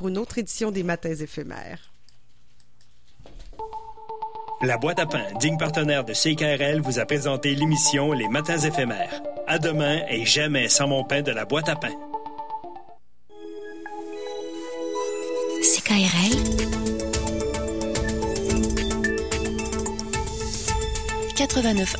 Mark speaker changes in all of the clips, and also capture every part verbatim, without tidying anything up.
Speaker 1: pour une autre édition des Matins éphémères.
Speaker 2: La Boîte à pain, digne partenaire de C K R L, vous a présenté l'émission Les Matins éphémères. À demain et jamais sans mon pain de la Boîte à pain.
Speaker 3: C K R L quatre-vingt-neuf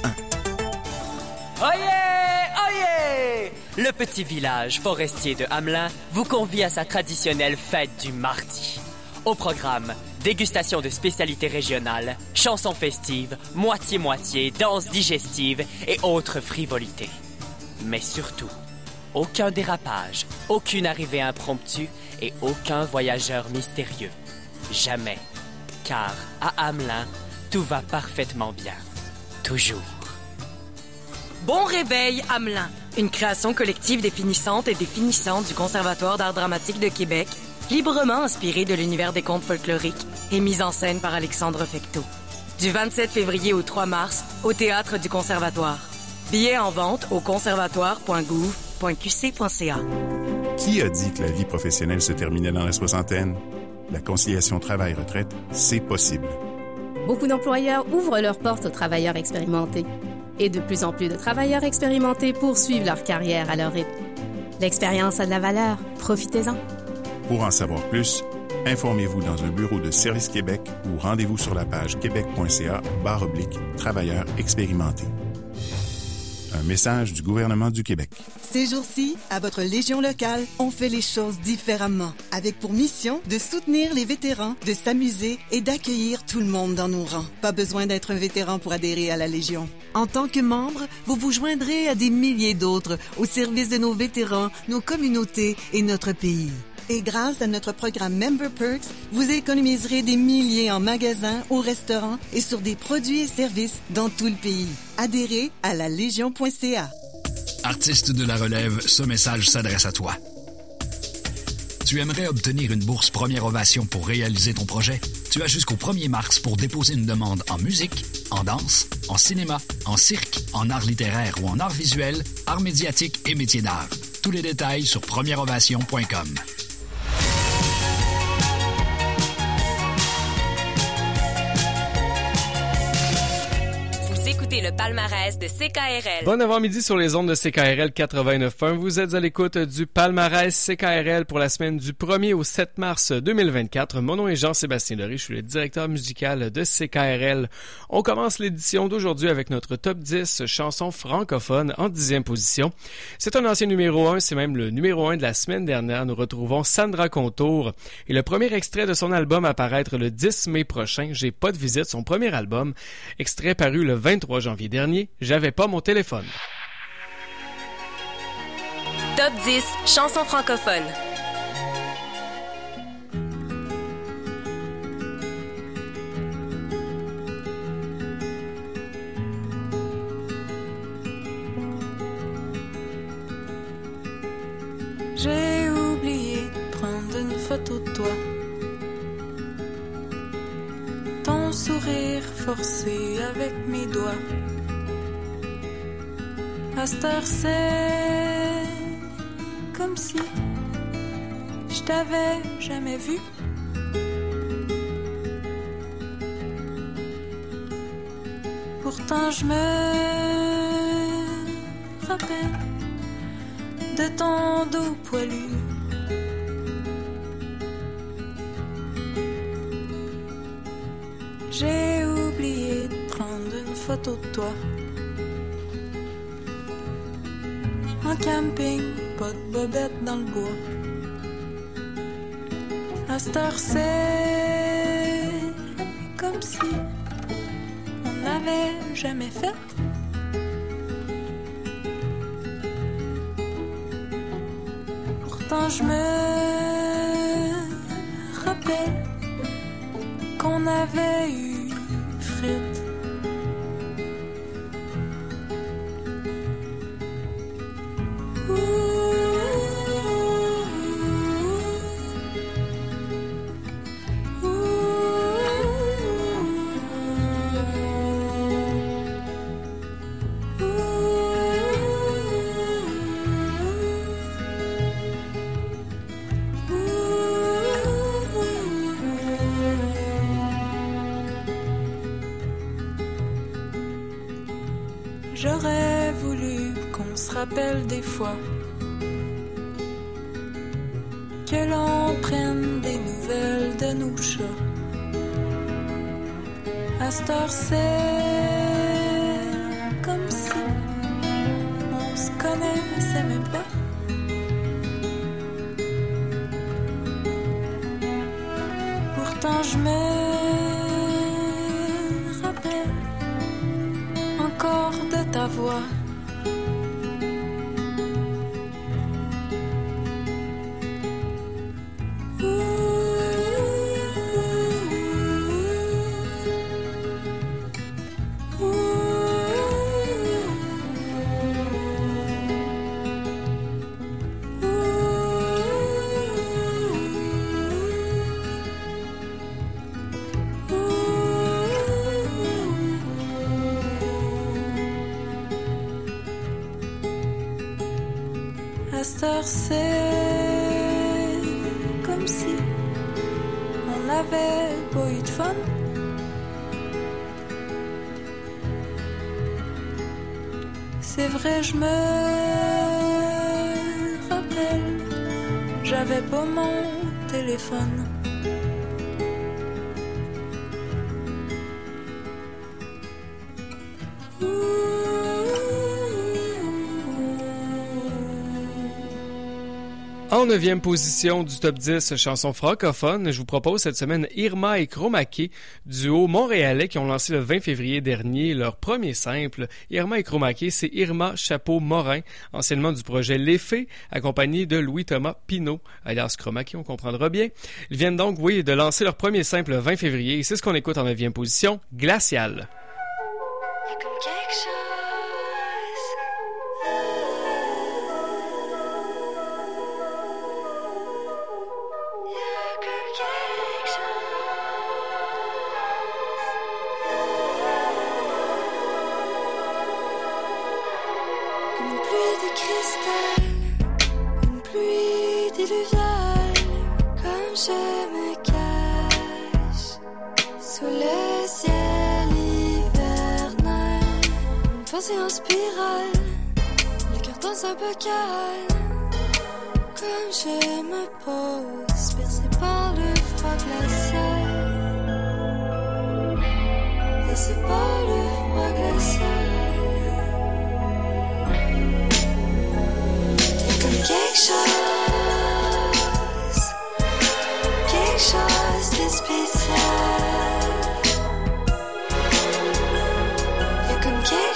Speaker 3: un.
Speaker 4: Oyez! Oyez! Le petit village forestier de Hamelin vous convie à sa traditionnelle fête du mardi. Au programme, dégustation de spécialités régionales, chansons festives, moitié-moitié, danses digestives et autres frivolités. Mais surtout, aucun dérapage, aucune arrivée impromptue et aucun voyageur mystérieux. Jamais. Car à Hamelin, tout va parfaitement bien. Toujours.
Speaker 5: Bon réveil, Hamelin. Une création collective définissante et définissante du Conservatoire d'art dramatique de Québec, librement inspirée de l'univers des contes folkloriques et mise en scène par Alexandre Fecteau. Du vingt-sept février au trois mars, au Théâtre du Conservatoire. Billets en vente au conservatoire point gouv point q c point c a.
Speaker 6: Qui a dit que la vie professionnelle se terminait dans la soixantaine? La conciliation travail-retraite, c'est possible.
Speaker 7: Beaucoup d'employeurs ouvrent leurs portes aux travailleurs expérimentés. Et de plus en plus de travailleurs expérimentés poursuivent leur carrière à leur rythme. L'expérience a de la valeur. Profitez-en.
Speaker 6: Pour en savoir plus, informez-vous dans un bureau de Service Québec ou rendez-vous sur la page québec point c a barre oblique travailleurs expérimentés. Un message du gouvernement du Québec.
Speaker 8: Ces jours-ci, à votre Légion locale, on fait les choses différemment, avec pour mission de soutenir les vétérans, de s'amuser et d'accueillir tout le monde dans nos rangs. Pas besoin d'être un vétéran pour adhérer à la Légion. En tant que membre, vous vous joindrez à des milliers d'autres au service de nos vétérans, nos communautés et notre pays. Et grâce à notre programme Member Perks, vous économiserez des milliers en magasins, au restaurant et sur des produits et services dans tout le pays. Adhérez à la légion point c a.
Speaker 9: Artiste de la relève, ce message s'adresse à toi. Tu aimerais obtenir une bourse Première Ovation pour réaliser ton projet? Tu as jusqu'au premier mars pour déposer une demande en musique, en danse, en cinéma, en cirque, en art littéraire ou en art visuel, art médiatique et métiers d'art. Tous les détails sur première ovation point com.
Speaker 10: Le palmarès de C K R L.
Speaker 11: Bon avant-midi sur les ondes de C K R L quatre-vingt-neuf un. Vous êtes à l'écoute du palmarès C K R L pour la semaine du premier au sept mars deux mille vingt-quatre. Mon nom est Jean-Sébastien Doré, je suis le directeur musical de C K R L. On commence l'édition d'aujourd'hui avec notre top dix chansons francophones en dixième position. C'est un ancien numéro un, c'est même le numéro un de la semaine dernière. Nous retrouvons Sandra Contour et le premier extrait de son album à paraître le dix mai prochain. J'ai pas de visite, son premier album, extrait paru le vingt-trois janvier dernier, j'avais pas mon téléphone.
Speaker 10: Top dix chansons francophones.
Speaker 12: J'ai oublié de prendre une photo de toi. Ton sourire forcé avec mes doigts. À cette heure, c'est comme si je t'avais jamais vu. Pourtant, je me rappelle de ton dos poilu. J'ai oublié de prendre une photo de toi. En camping, pas de bobette dans le bois. À cette heure, c'est comme si on n'avait jamais fait. Pourtant, je me rappelle qu'on avait eu frite. J'aurais voulu qu'on se rappelle des fois, que l'on prenne des nouvelles de nos chats. À cette heure, c'est comme si on se connaissait même pas. Pourtant, je me rappelle encore de ta voix. C'est comme si on n'avait pas eu de fun. C'est vrai, je me rappelle, j'avais pas mon téléphone.
Speaker 11: En neuvième position du top dix chansons francophones, je vous propose cette semaine Irma et Chroma Key, duo montréalais qui ont lancé le vingt février dernier leur premier simple. Irma et Chroma Key, c'est Irma Chapeau-Morin, anciennement du projet L'Effet, accompagné de Louis-Thomas Pinault, alias Chroma Key, on comprendra bien. Ils viennent donc, oui, de lancer leur premier simple le vingt février, et c'est ce qu'on écoute en neuvième position, Glacial.
Speaker 13: Pensée en spirale, le cœur dans un bocal. Comme je me pose, percé par le froid glacial. Et c'est par le froid glacial. Y'a comme quelque chose, quelque chose de spécial. Y'a comme quelque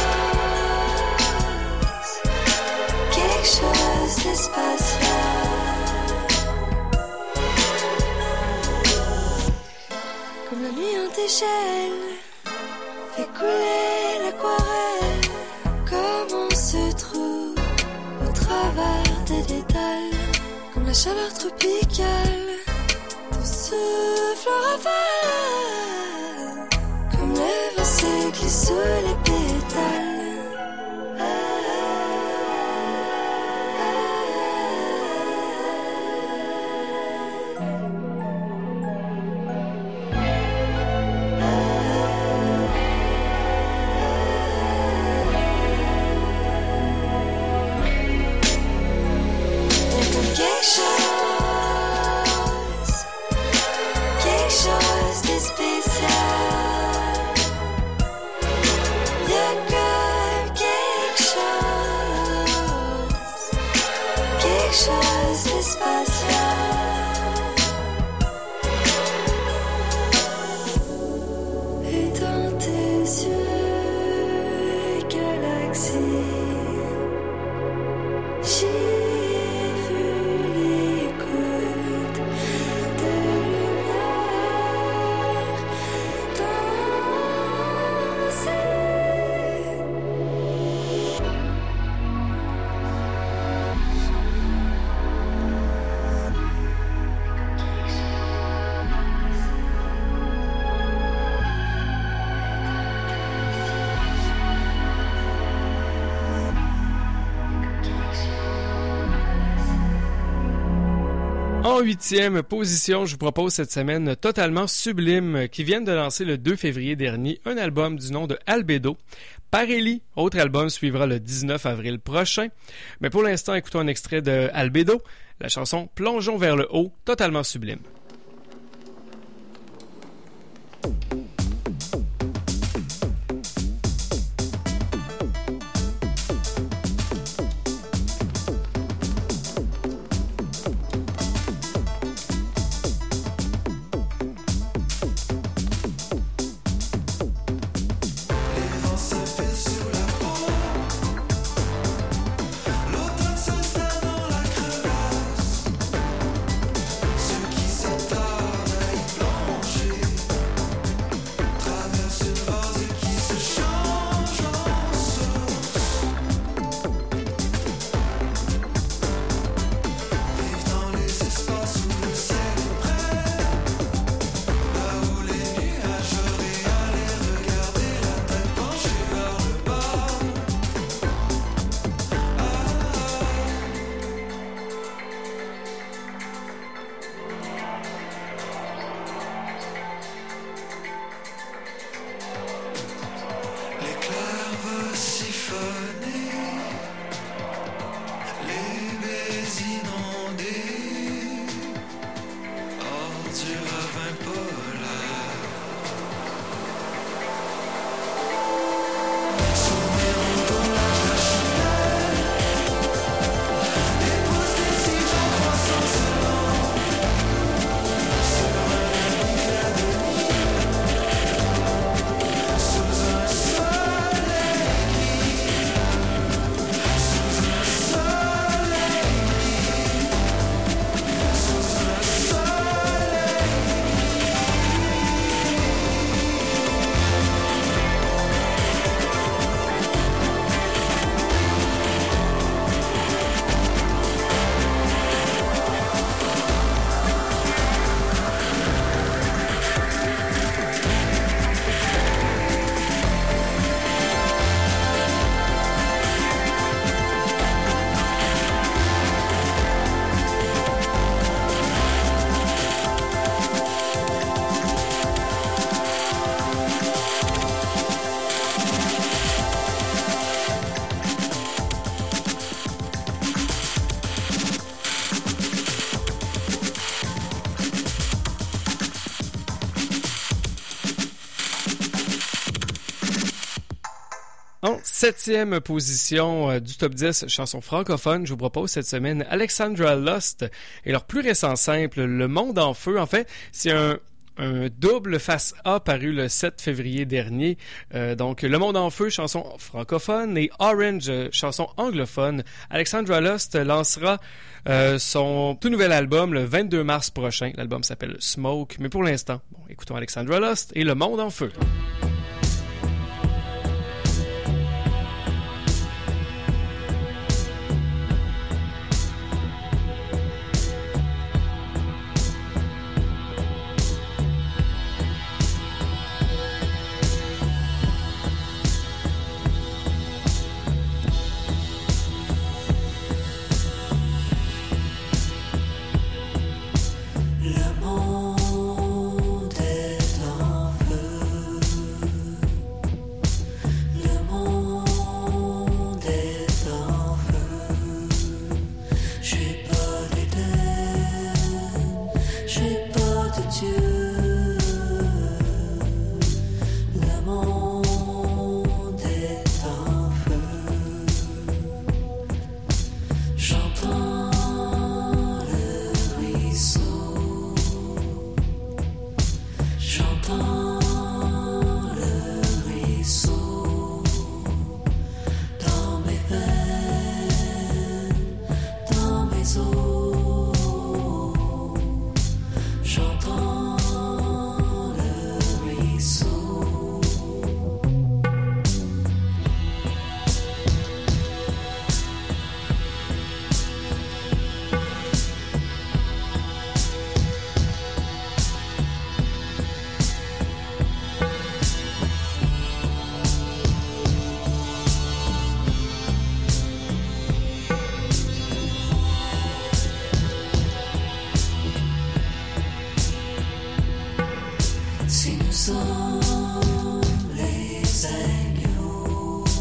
Speaker 13: chose, quelque chose de spatial. Comme la nuit en échelle fait couler l'aquarelle. Comme on se trouve au travers des détails. Comme la chaleur tropicale, ton souffle rafale. Comme le vent se glisse sous les pétales.
Speaker 11: En huitième position, je vous propose cette semaine Totalement Sublime, qui viennent de lancer le deux février dernier un album du nom de Albedo. Parelli, autre album, suivra le dix-neuf avril prochain. Mais pour l'instant, écoutons un extrait de Albedo, la chanson Plongeons vers le haut, totalement sublime. En septième position euh, du top dix chansons francophones, je vous propose cette semaine Alexandra Lust et leur plus récent simple, Le Monde en Feu. En fait, c'est un... un double face A paru le sept février dernier. Euh, donc, Le Monde en Feu, chanson francophone, et Orange, chanson anglophone. Alexandra Lust lancera euh, son tout nouvel album le vingt-deux mars prochain. L'album s'appelle Smoke. Mais pour l'instant, bon, écoutons Alexandra Lust et Le Monde en Feu.
Speaker 13: Si nous sommes les agneaux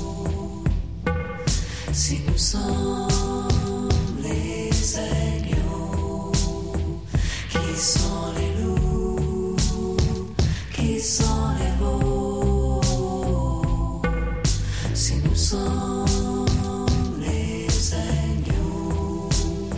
Speaker 13: Qui sont les loups? Qui sont les veaux? Si nous sommes les agneaux.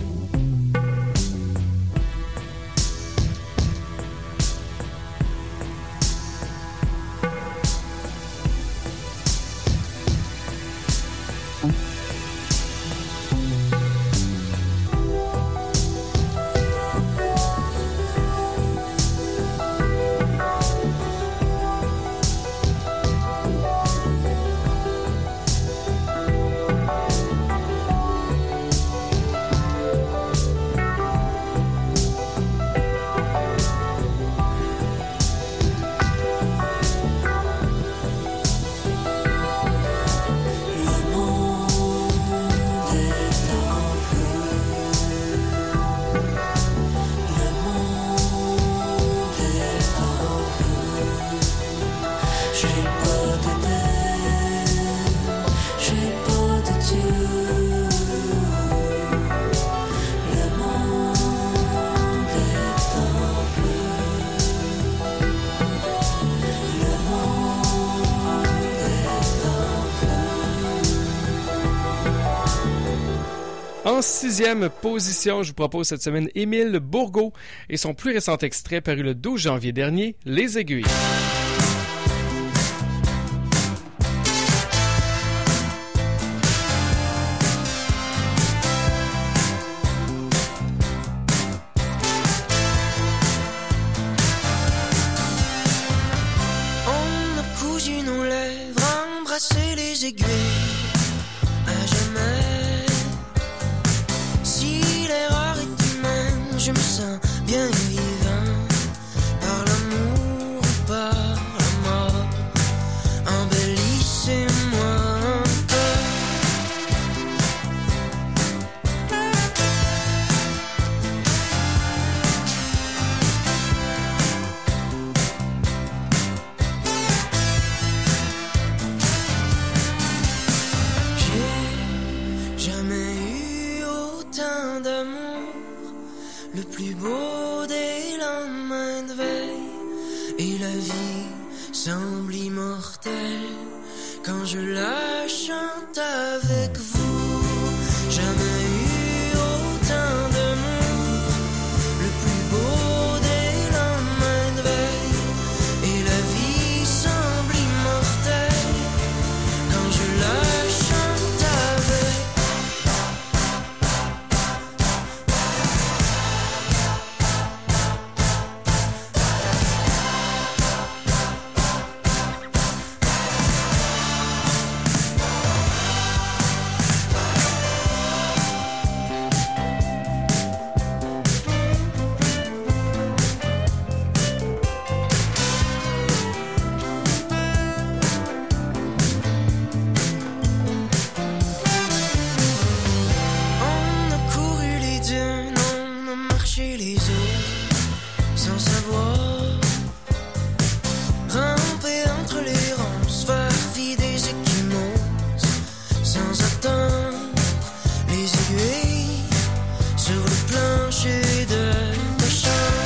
Speaker 11: En sixième position, je vous propose cette semaine Émile Bourgault et son plus récent extrait paru le douze janvier dernier, Les Aiguilles.
Speaker 14: On a cousu nos lèvres, embrassé les aiguilles à jamais. Si l'erreur est humaine, je me sens bien vivant. Par l'amour ou par la mort, embellissez-moi un peu. J'ai jamais eu autant d'amour, le plus beau des lendemains de veille, et la vie semble immortelle quand je la chante avec vous. Jamais eu autant d'amour, le plus beau des lendemains de veille, et la vie semble immortelle quand je la chante avec. On a couru les dunes, on a marché les eaux, sans savoir. Ramper entre les ronces, faire fi des échymoses, sans attendre les aiguilles sur le plancher de ta chambre.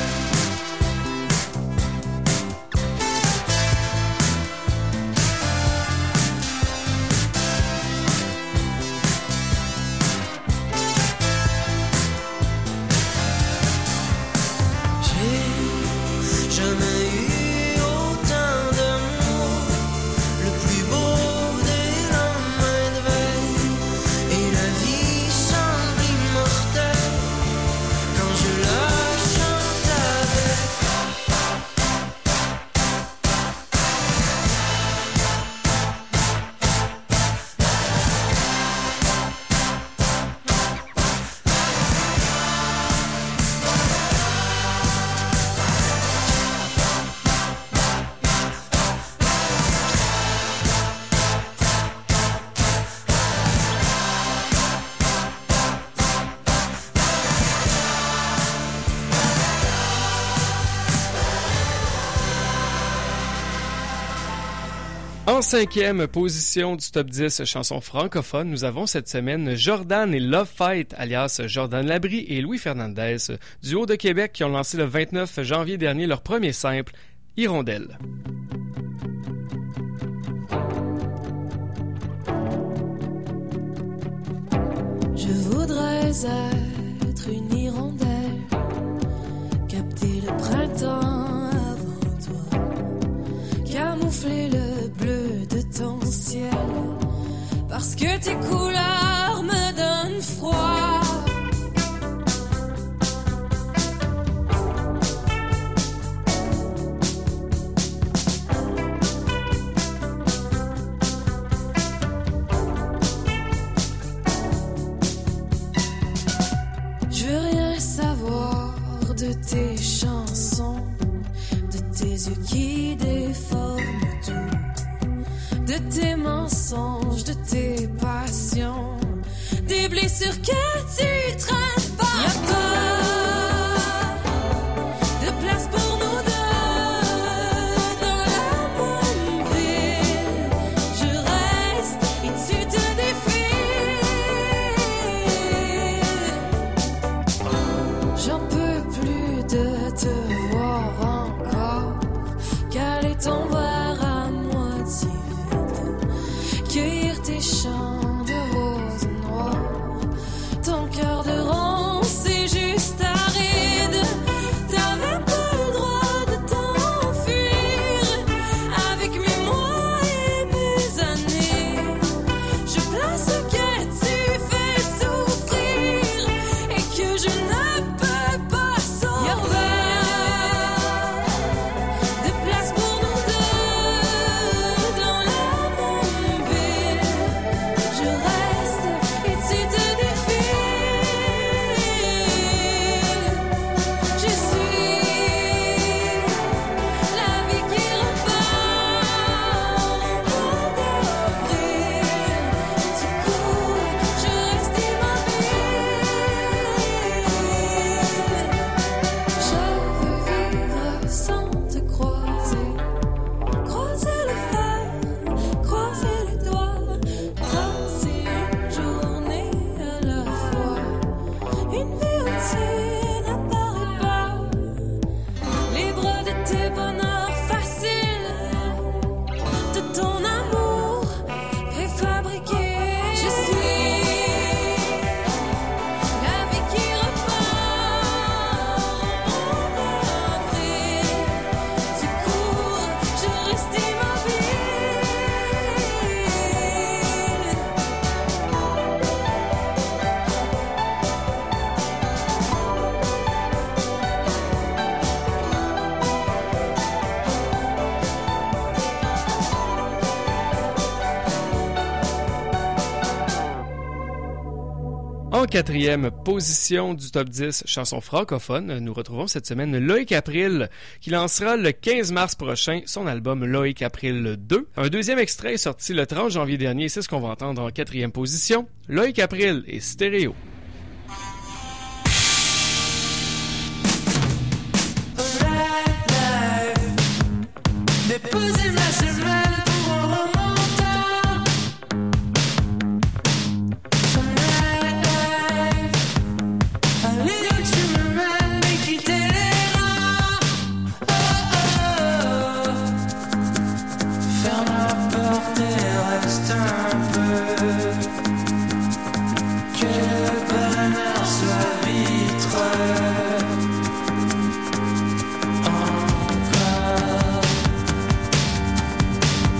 Speaker 14: J'ai
Speaker 11: En cinquième position du top dix chansons francophones, nous avons cette semaine Jordan et Love Fight, alias Jordan Labrie et Louis Fernandez, duo de Québec qui ont lancé le vingt-neuf janvier dernier leur premier simple, Hirondelle.
Speaker 13: Je voudrais être une hirondelle, capter le printemps avant toi, camoufler le bleu de ton ciel, parce que tes couleurs me donnent froid. Je veux rien savoir de tes chansons, de tes yeux qui déforment tout, de tes mensonges, de tes passions, des blessures que tu traînes pas. Y'a pas de place pour nous deux dans la même ville. Je reste et tu te défiles. J'en peux plus de te voir encore, caler ton verre à moitié vide, cueillir tes champs de roses noires, ton cœur de ronce c'est juste aride. T'avais pas le droit de t'enfuir avec mes mois et mes années. Je place ce que tu fais souffrir et que je ne peux pas sauver. Y'a pas de place pour nous deux dans la même ville. Je reste et tu te défiles. Je suis la vie qui repart pour t'offrir. Tu cours, je reste immobile. Je veux vivre sans te croiser, croiser le fer, croiser les doigts, tracer une journée à la fois, une vie où tu n'apparais pas, libre de tes bonheurs faciles, de ton amour préfabriqué. Je suis la vie qui repart en avril. Tu cours, je reste immobile.
Speaker 11: En quatrième position du top dix chansons francophones, nous retrouvons cette semaine Loïc April, qui lancera le quinze mars prochain son album Loïc April deux. Un deuxième extrait est sorti le trente janvier dernier, c'est ce qu'on va entendre en quatrième position. Loïc April et Stéréo.
Speaker 14: Déposer ma semaine pour un remontant. Aller où tu me mènes et quitter les rangs. Oh, oh, oh. Ferme la porte et reste un peu. Que le bonheur soit vitreux. Encore.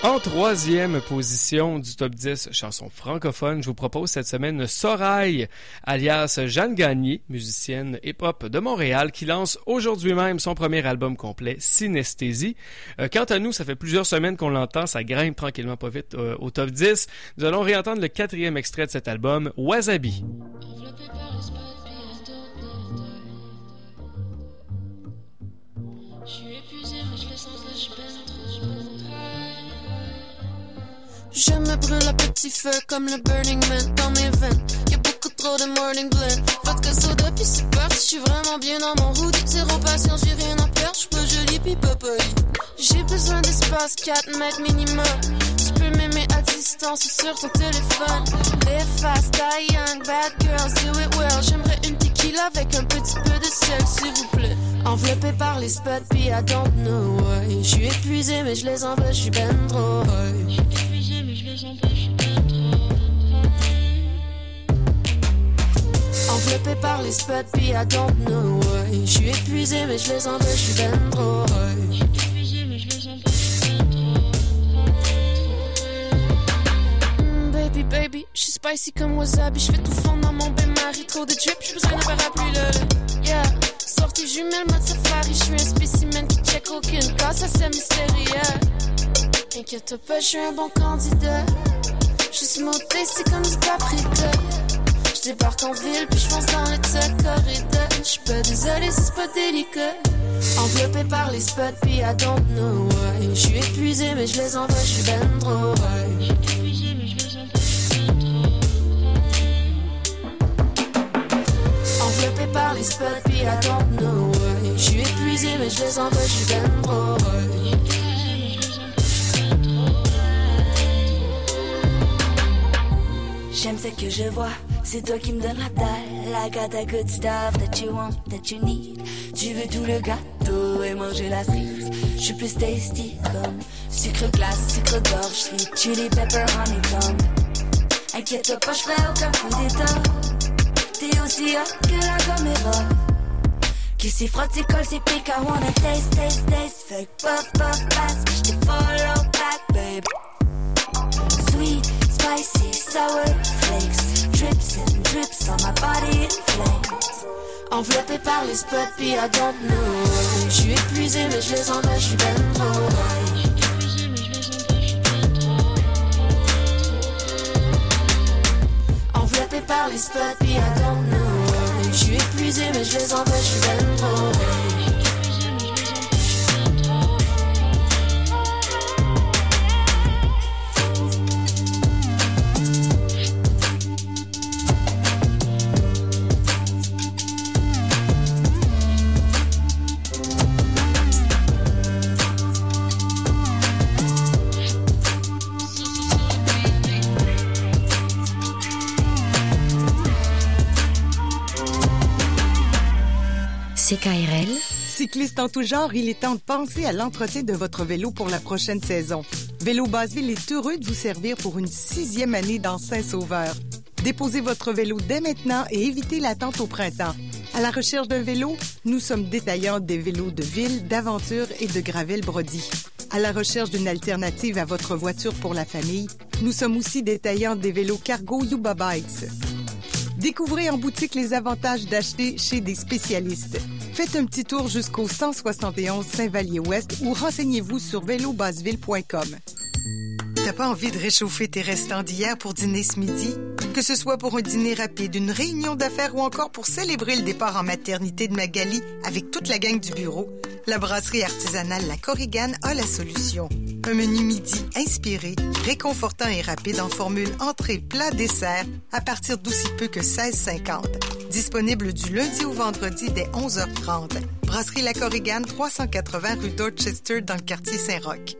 Speaker 11: En troisième position du top dix chansons francophones, je vous propose cette semaine Sorail, alias Jeanne Gagné, musicienne hip-hop de Montréal, qui lance aujourd'hui même son premier album complet, Synesthésie. Euh, quant à nous, ça fait plusieurs semaines qu'on l'entend, ça grimpe tranquillement pas vite euh, au top dix. Nous allons réentendre le quatrième extrait de cet album, Wasabi.
Speaker 15: Je me brûle à petit feu comme le Burning Man dans mes veines. Y'a beaucoup trop de morning blend. Vodka soda puis c'est parti, j'suis vraiment bien dans mon hoodie. Zéro patience, j'ai rien à perdre, j'suis pas jolie pis pas poli. J'ai besoin d'espace, quatre mètres minimum. Tu peux m'aimer à distance ou sur ton téléphone. Live fast, die young, bad girls, do it well. J'aimerais une tequila avec un petit peu de sel, s'il vous plaît. Enveloppé par les spots pis I don't know why. J'suis épuisé mais j'les empêche, j'suis ben trop high. Enveloppé par les spots pis I don't know why. J'suis épuisé mais j'les empêche, j'suis ben trop high. mm, Baby baby, j'suis spicy comme wasabi. J'fais tout fondre dans mon bain-marie. Trop de drip, j'suis besoin d'un parapluie là. Yeah, sortie jumelle mode safari. J'suis un spécimen qui check aucune case, ça c'est mystérieux. Inquiète pas, j'suis un bon candidat. J'suis monté, c'est comme du paprika. J'débarque en ville, puis j'fonce dans le tuck corridor. J'suis pas désolé, c'est pas délicat. Enveloppé par les spots, puis I don't know why. J'suis épuisé, mais j'les envoie, j'suis ben trop high. Enveloppé par les spots, puis I don't know why. J'suis épuisé, mais j'les envoie, j'suis ben trop high.
Speaker 16: J'aime ce que je vois, c'est toi qui me donne la dalle. I got that good stuff that you want, that you need. Tu veux tout le gâteau et manger la cerise. J'suis plus tasty comme sucre glace, sucre d'orge, sweet chili pepper honeycomb. Inquiète pas, j'ferai aucun coup d'état. T'es aussi hot que la caméra. Qui s'y frotte, s'y colle, s'y pique. I wanna taste, taste, taste. Fait que puff, puff, pass, j'te follow back, babe. Sweet, spicy, sour flakes. Drips and drips on my body in flames.
Speaker 15: Enveloppé par les spots, pis I don't know. J'suis épuisé, mais j'les envoie, j'suis ben trop high. Enveloppé par les spots, pis I don't know. J'suis épuisé, mais j'les envoie, j'suis ben trop high.
Speaker 3: C K R L.
Speaker 1: Cycliste en tout genre, il est temps de penser à l'entretien de votre vélo pour la prochaine saison. Vélo Basseville est heureux de vous servir pour une sixième année dans Saint-Sauveur. Déposez votre vélo dès maintenant et évitez l'attente au printemps. À la recherche d'un vélo, nous sommes détaillants des vélos de ville, d'aventure et de gravel-brody. À la recherche d'une alternative à votre voiture pour la famille, nous sommes aussi détaillants des vélos cargo Yuba Bikes. Découvrez en boutique les avantages d'acheter chez des spécialistes. Faites un petit tour jusqu'au cent soixante et onze Saint-Vallier-Ouest ou renseignez-vous sur vélo basseville point com. T'as pas envie de réchauffer tes restants d'hier pour dîner ce midi? Que ce soit pour un dîner rapide, une réunion d'affaires ou encore pour célébrer le départ en maternité de Magali avec toute la gang du bureau, la brasserie artisanale La Corrigane a la solution. Un menu midi inspiré, réconfortant et rapide en formule entrée, plat, dessert à partir d'aussi peu que seize cinquante. Disponible du lundi au vendredi dès onze heures trente. Brasserie La Corrigane, trois cent quatre-vingts rue Dorchester dans le quartier Saint-Roch.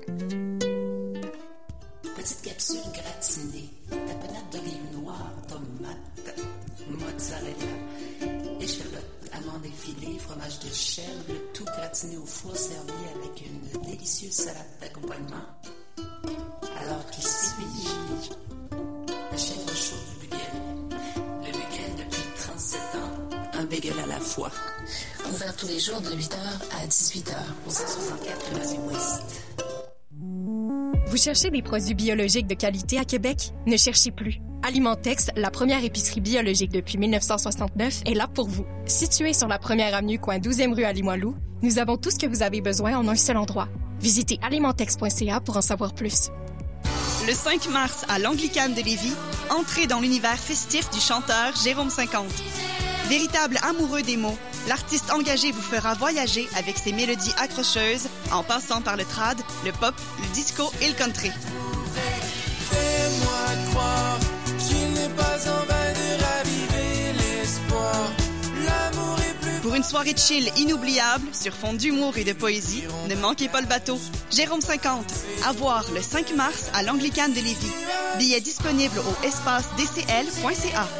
Speaker 17: Petite capsule gratinée, tapenade d'olive noire, tomate, mozzarella, échalote, amandes effilées, fromage de chèvre, le tout gratiné au four servi avec une délicieuse salade d'accompagnement. Alors qui suis-je? Le chèvre chaud du Bugel. Le Bugel depuis trente-sept ans, un bagel à la fois. Ouvert tous les jours de huit heures à dix-huit heures au cent soixante-quatre Rue Ouest.
Speaker 18: Vous cherchez des produits biologiques de qualité à Québec? Ne cherchez plus. Alimentex, la première épicerie biologique depuis dix-neuf cent soixante-neuf, est là pour vous. Située sur la première avenue, coin douzième rue à Limoilou, nous avons tout ce que vous avez besoin en un seul endroit. Visitez alimentex point c a pour en savoir plus.
Speaker 19: Le cinq mars, à l'Anglicane de Lévis, entrez dans l'univers festif du chanteur Jérôme cinquante. Véritable amoureux des mots, l'artiste engagé vous fera voyager avec ses mélodies accrocheuses en passant par le trad, le pop, le disco et le country.
Speaker 14: Fais-moi croire qu'il n'est pas en vain de raviver l'espoir. L'amour est plus...
Speaker 19: Pour une soirée chill inoubliable, sur fond d'humour et de poésie, ne manquez pas le bateau. Jérôme cinquante, à voir le cinq mars à l'Anglicane de Lévis. Billets disponibles au espace d c l point c a.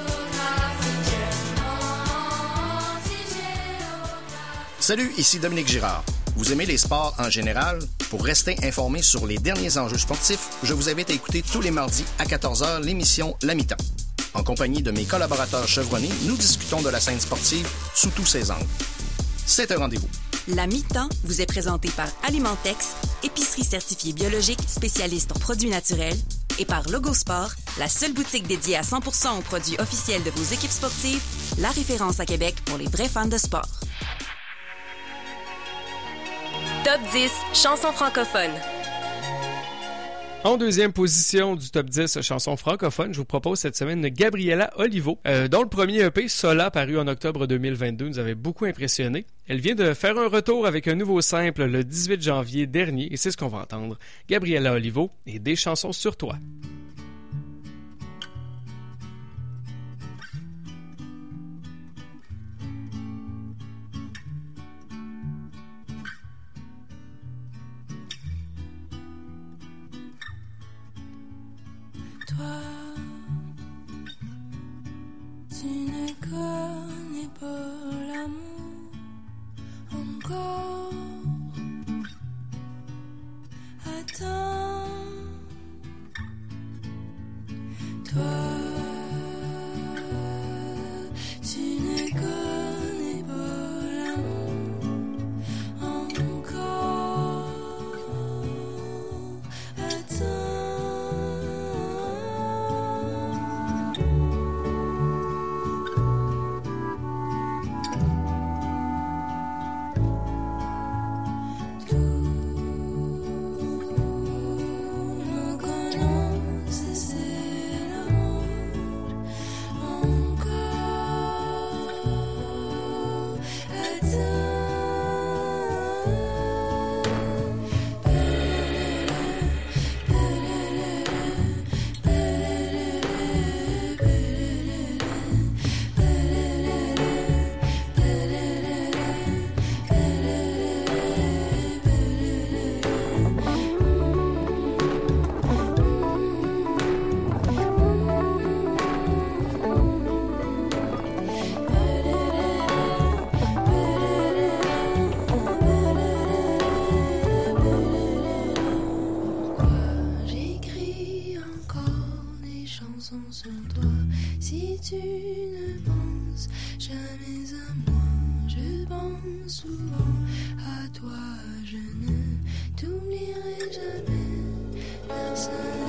Speaker 20: Salut, ici Dominique Girard. Vous aimez les sports en général? Pour rester informé sur les derniers enjeux sportifs, je vous invite à écouter tous les mardis à quatorze heures l'émission La Mi-temps. En compagnie de mes collaborateurs chevronnés, nous discutons de la scène sportive sous tous ses angles. C'est un rendez-vous.
Speaker 21: La Mi-temps vous est présentée par Alimentex, épicerie certifiée biologique spécialiste en produits naturels, et par Logo Sport, la seule boutique dédiée à cent pour cent aux produits officiels de vos équipes sportives, la référence à Québec pour les vrais fans de sport.
Speaker 10: Top dix, chansons francophones.
Speaker 11: En deuxième position du top dix chansons francophones, je vous propose cette semaine Gabriella Olivo, euh, dont le premier E P, Sola, paru en octobre deux mille vingt-deux, nous avait beaucoup impressionné. Elle vient de faire un retour avec un nouveau simple le dix-huit janvier dernier, et c'est ce qu'on va entendre. Gabriella Olivo et Des chansons sur toi.
Speaker 13: Toi, tu ne connais pas l'amour encore. Attends, toi, tu ne connais pas l'amour encore. Attends. Si tu ne penses jamais à moi, je pense souvent à toi. Je ne t'oublierai jamais, personne.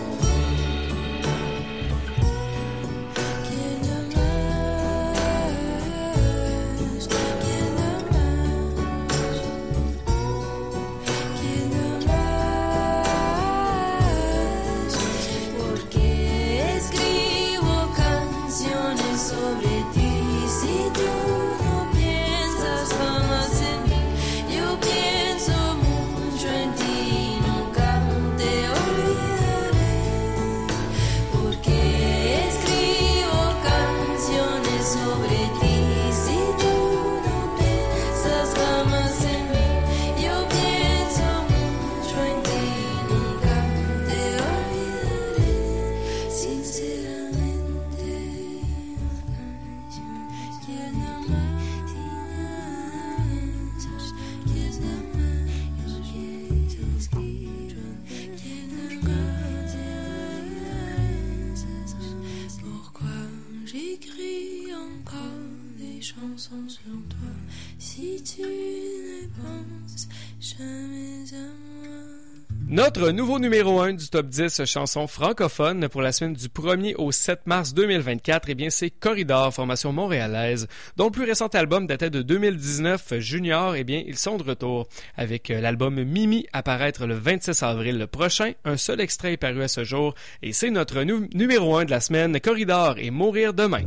Speaker 13: Chansons sur toi, si tu ne penses jamais à moi.
Speaker 11: Notre nouveau numéro un du top dix chansons francophones pour la semaine du premier au sept mars deux mille vingt-quatre, eh bien c'est Corridor, formation montréalaise, dont le plus récent album datait de deux mille dix-neuf, Junior, eh bien ils sont de retour avec l'album Mimi à paraître le vingt-six avril prochain. Un seul extrait est paru à ce jour et c'est notre nu- numéro un de la semaine, Corridor et Mourir demain.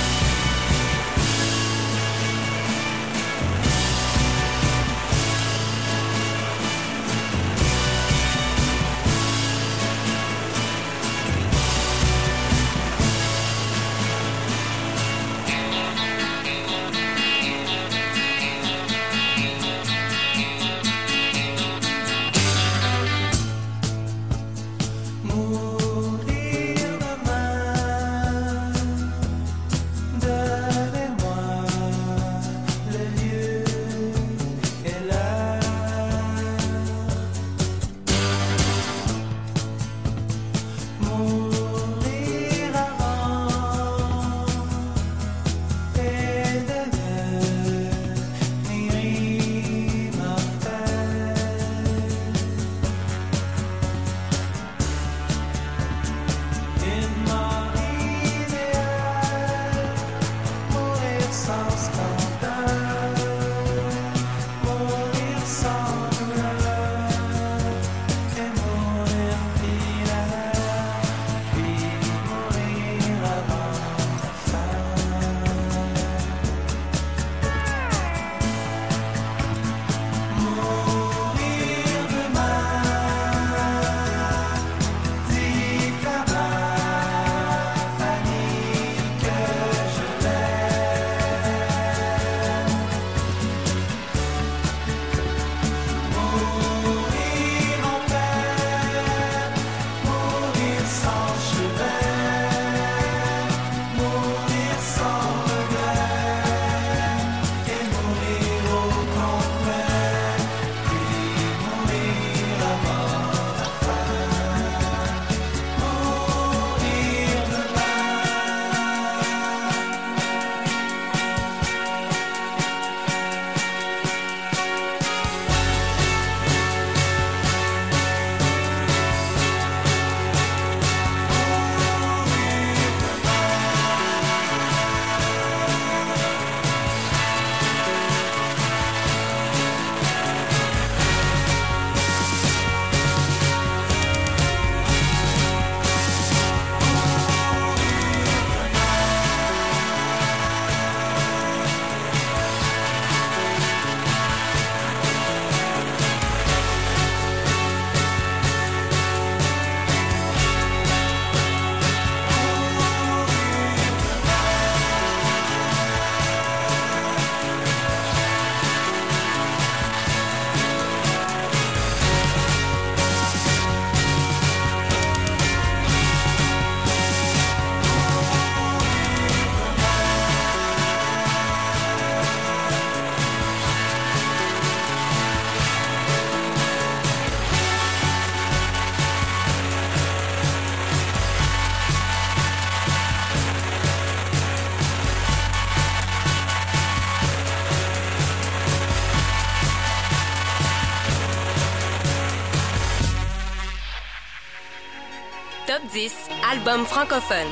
Speaker 10: Top dix, album francophone.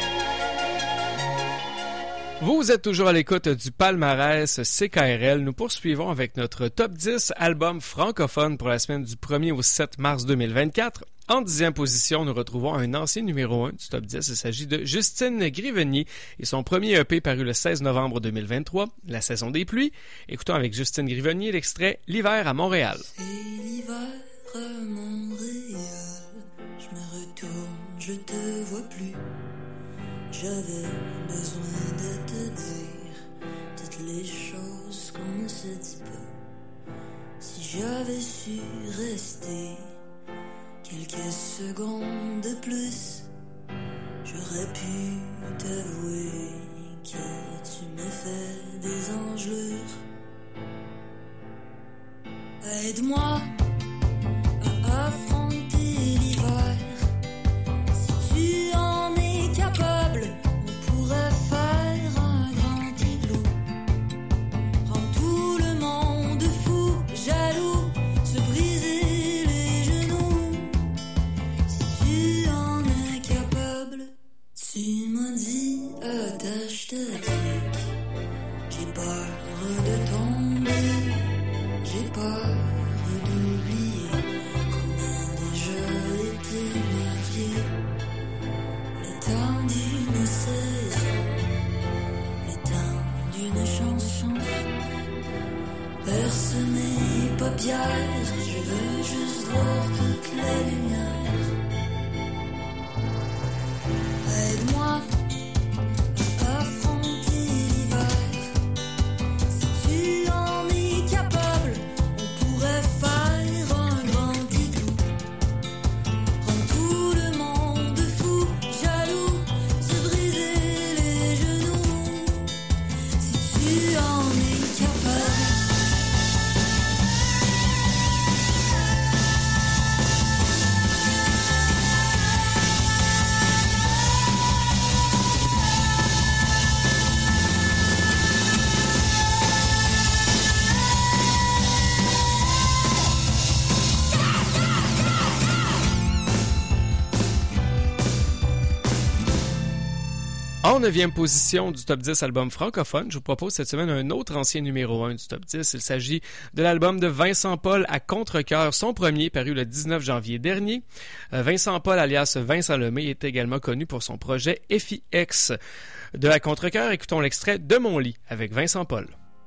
Speaker 11: Vous êtes toujours à l'écoute du palmarès C K R L. Nous poursuivons avec notre top dix album francophone pour la semaine du premier au sept mars deux mille vingt-quatre. En dixième position, nous retrouvons un ancien numéro un du top dix. Il s'agit de Justine Grivenier et son premier E P paru le seize novembre deux mille vingt-trois, La saison des pluies. Écoutons avec Justine Grivenier l'extrait L'hiver à Montréal.
Speaker 13: C'est l'hiver à Montréal. Je me retourne, je te vois plus. J'avais besoin de te dire toutes les choses qu'on ne se dit pas. Si j'avais su rester quelques secondes de plus, j'aurais pu t'avouer que tu me fais des engelures. Aide-moi à affronter l'hiver. Si tu en es capable, on pourrait faire un grand igloo. Rendre tout le monde fou, jaloux, se briser les genoux.
Speaker 11: En neuvième position du top dix album francophone, je vous propose cette semaine un autre ancien numéro un du top dix. Il s'agit de l'album de Vincent Paul à Contrecœur, son premier paru le dix-neuf janvier dernier. Euh, Vincent Paul alias Vincent Lemay est également connu pour son projet F I X. De À Contrecœur, écoutons l'extrait de Mon lit avec Vincent Paul.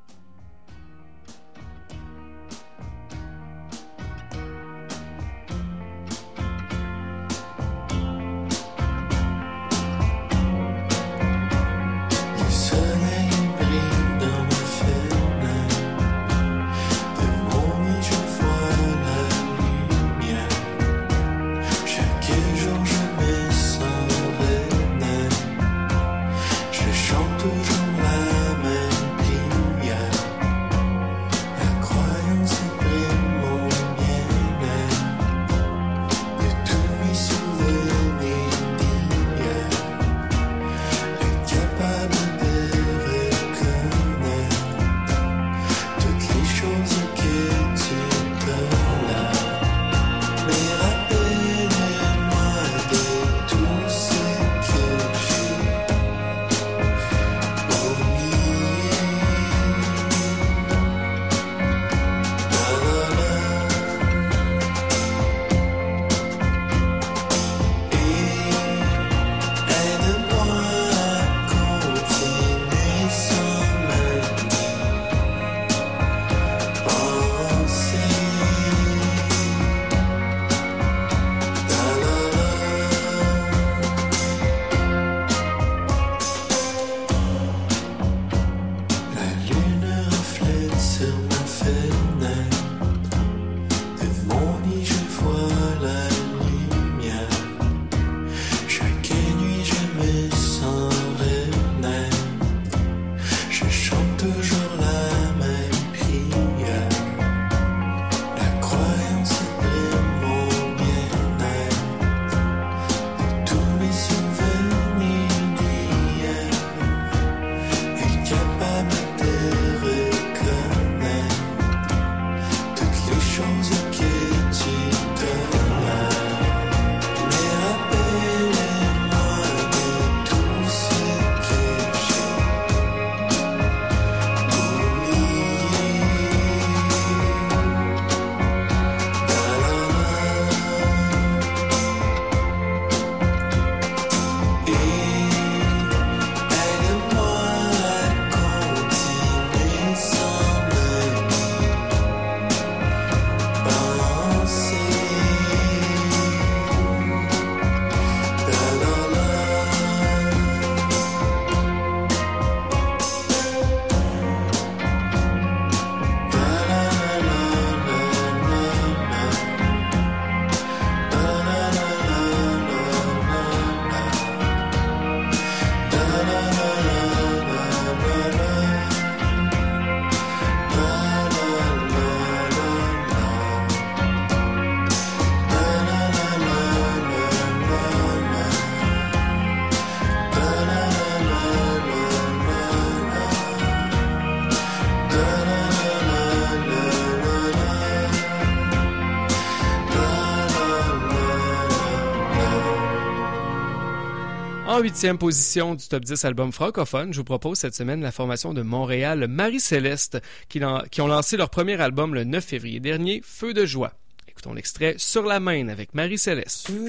Speaker 11: En huitième position du top dix album francophone, je vous propose cette semaine la formation de Montréal Marie-Céleste qui, qui ont lancé leur premier album le neuf février dernier, Feu de joie. Écoutons l'extrait Sur la Main avec Marie-Céleste.
Speaker 2: Sur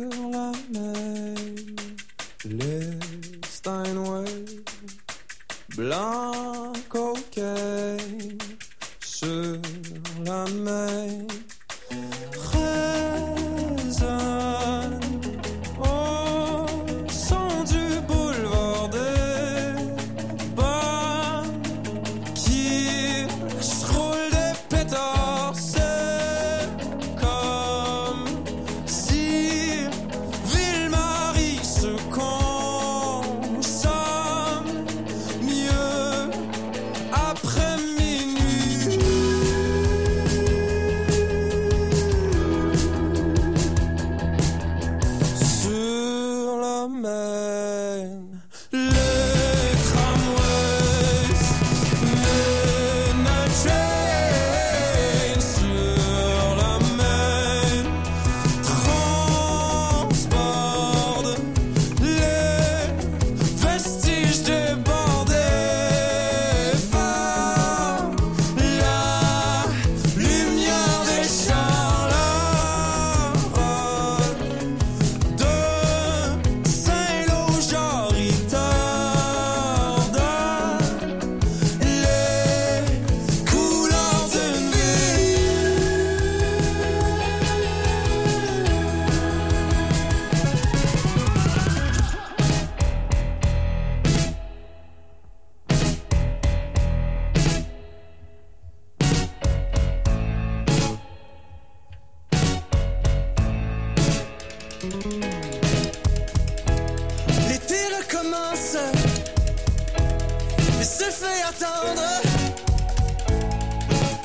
Speaker 2: la main, les Steinway, blanc coquet, sur la main, résonne.
Speaker 22: Après minuit.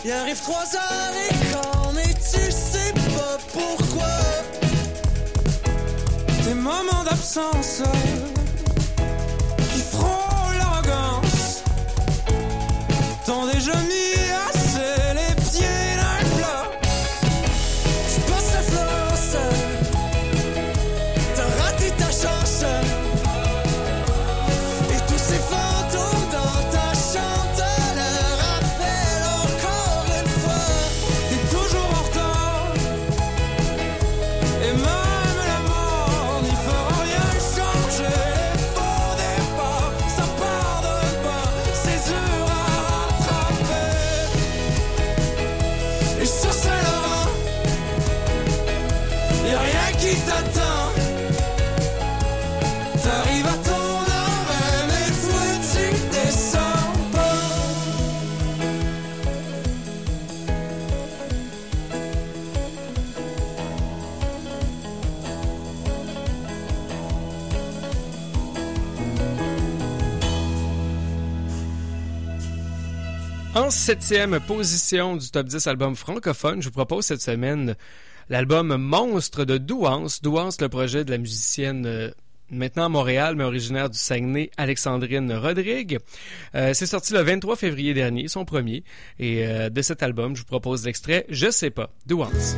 Speaker 2: Il arrive trois heures et quart, mais tu sais pas pourquoi. Des moments d'absence qui frôlent l'arrogance. T'ont déjà mis assez les pieds dans le plat. Tu passes à Florence, t'as raté ta chance. Et tous ces fantômes dans ta chambre te le rappellent encore une fois. T'es toujours en retard. Et même la mort n'y fera rien changer. Les faux départs, ça pardonne pas. C'est dur à rattraper. Et sur Saint-Laurent, y'a rien qui t'attend. T'arrives à ton heure, mais toi tu descends pas.
Speaker 11: En septième position du top dix album francophone, je vous propose cette semaine l'album Monstre de Douance. Douance, le projet de la musicienne euh, maintenant à Montréal, mais originaire du Saguenay, Alexandrine Rodrigue. Euh, c'est sorti le vingt-trois février dernier, son premier. Et euh, de cet album, je vous propose l'extrait « Je sais pas », Douance.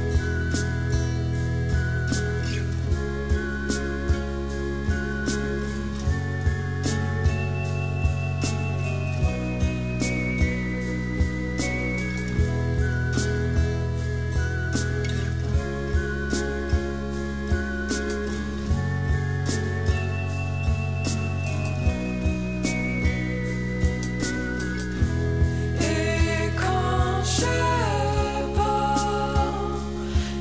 Speaker 2: Et quand je pars,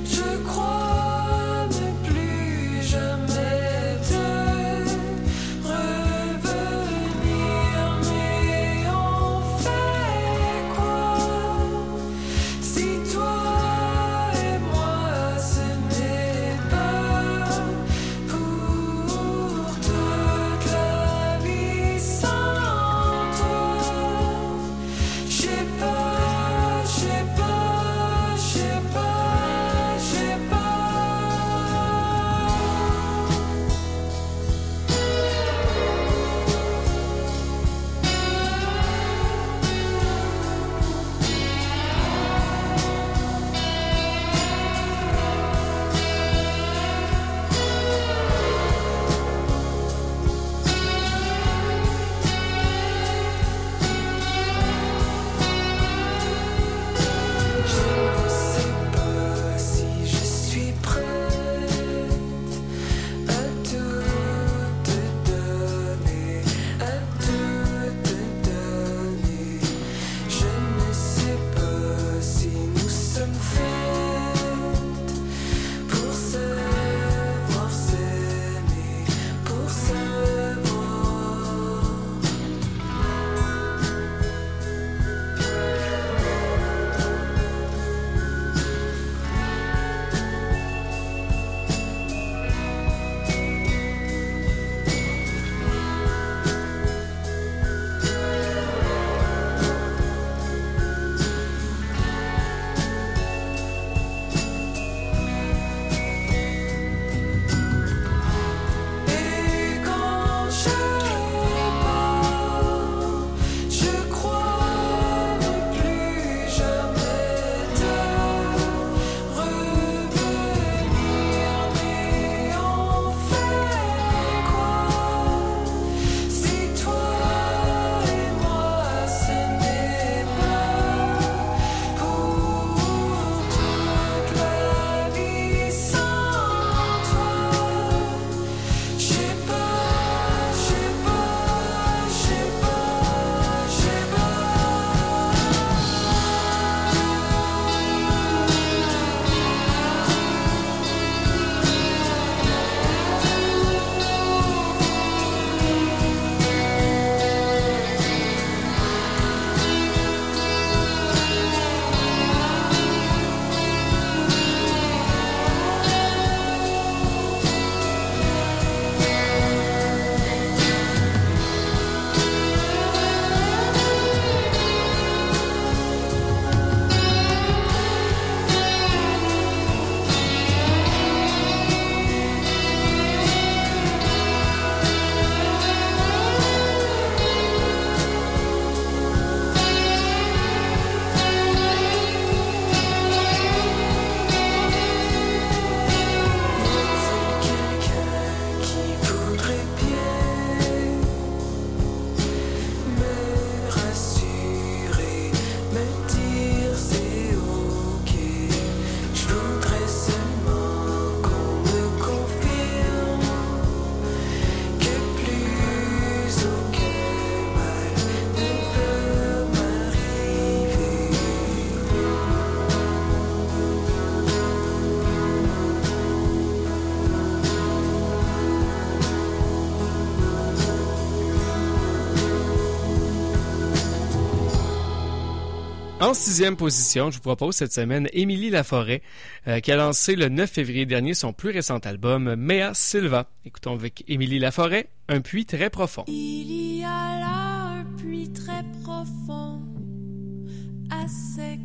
Speaker 11: En sixième position, je vous propose cette semaine Émilie Laforêt, euh, qui a lancé le neuf février dernier son plus récent album, Mea Silva. Écoutons avec Émilie Laforêt, Un puits très profond.
Speaker 12: Il y a là un puits très profond, à sec.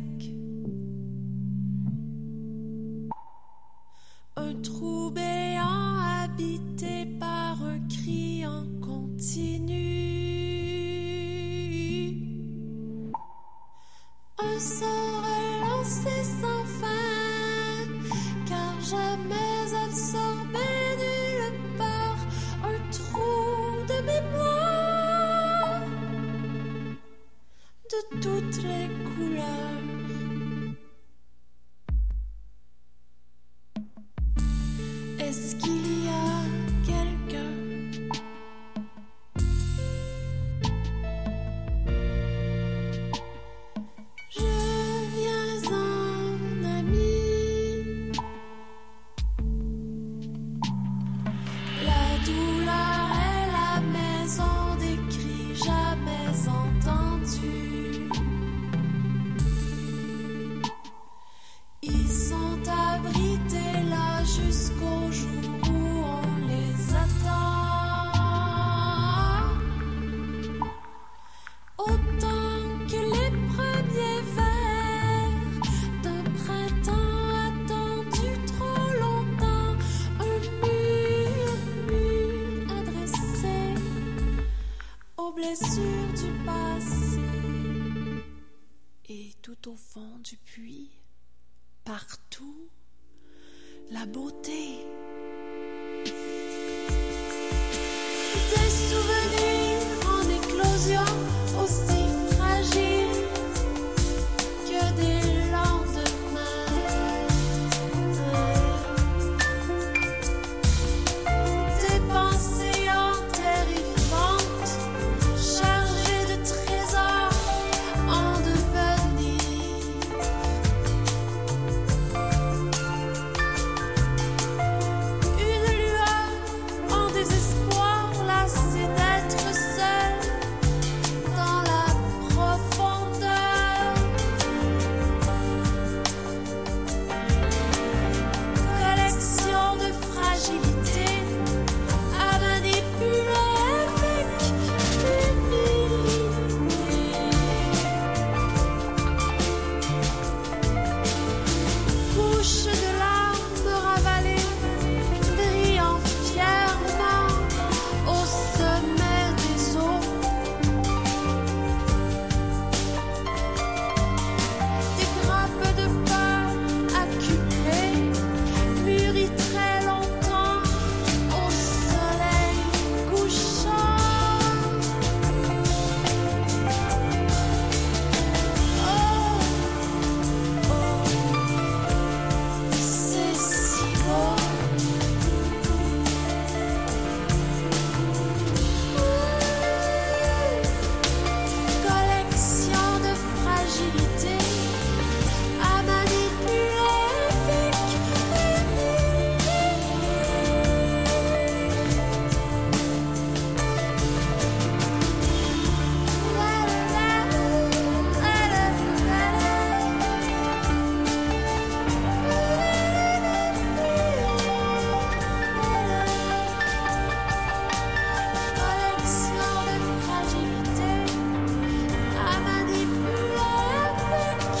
Speaker 12: Un trou béant habité par un cri en continu. Un son relancé sans fin, car jamais absorbé nulle part. Un trou de mémoire de toutes les couleurs. Est-ce qu'il y a quelqu'un Je viens en ami. La douleur est la maison des cris jamais entendus. Ils sont abrités là jusqu'au jour où on les attend. Autant que les premiers vers d'un printemps attendu trop longtemps. Un mur, mur adressé aux blessures du passé. Et tout au fond du puits, partout, la beauté. Des souvenirs en éclosion, aussi fragiles que des lendemains. Des pensées en terre et vivantes, chargées de trésors en devenir. Une lueur en désespoir, lassée d'être seule dans la profondeur. Collection de fragilité à manipuler avec humilité. Couche de larmes ravalées, brillant fièrement au sommet des eaux. Des grappes de peur accumulées, mûries très longtemps au soleil couchant. Oh, oh, c'est si beau. Collection de fragilité à manipuler avec collection de fragilité à manipuler avec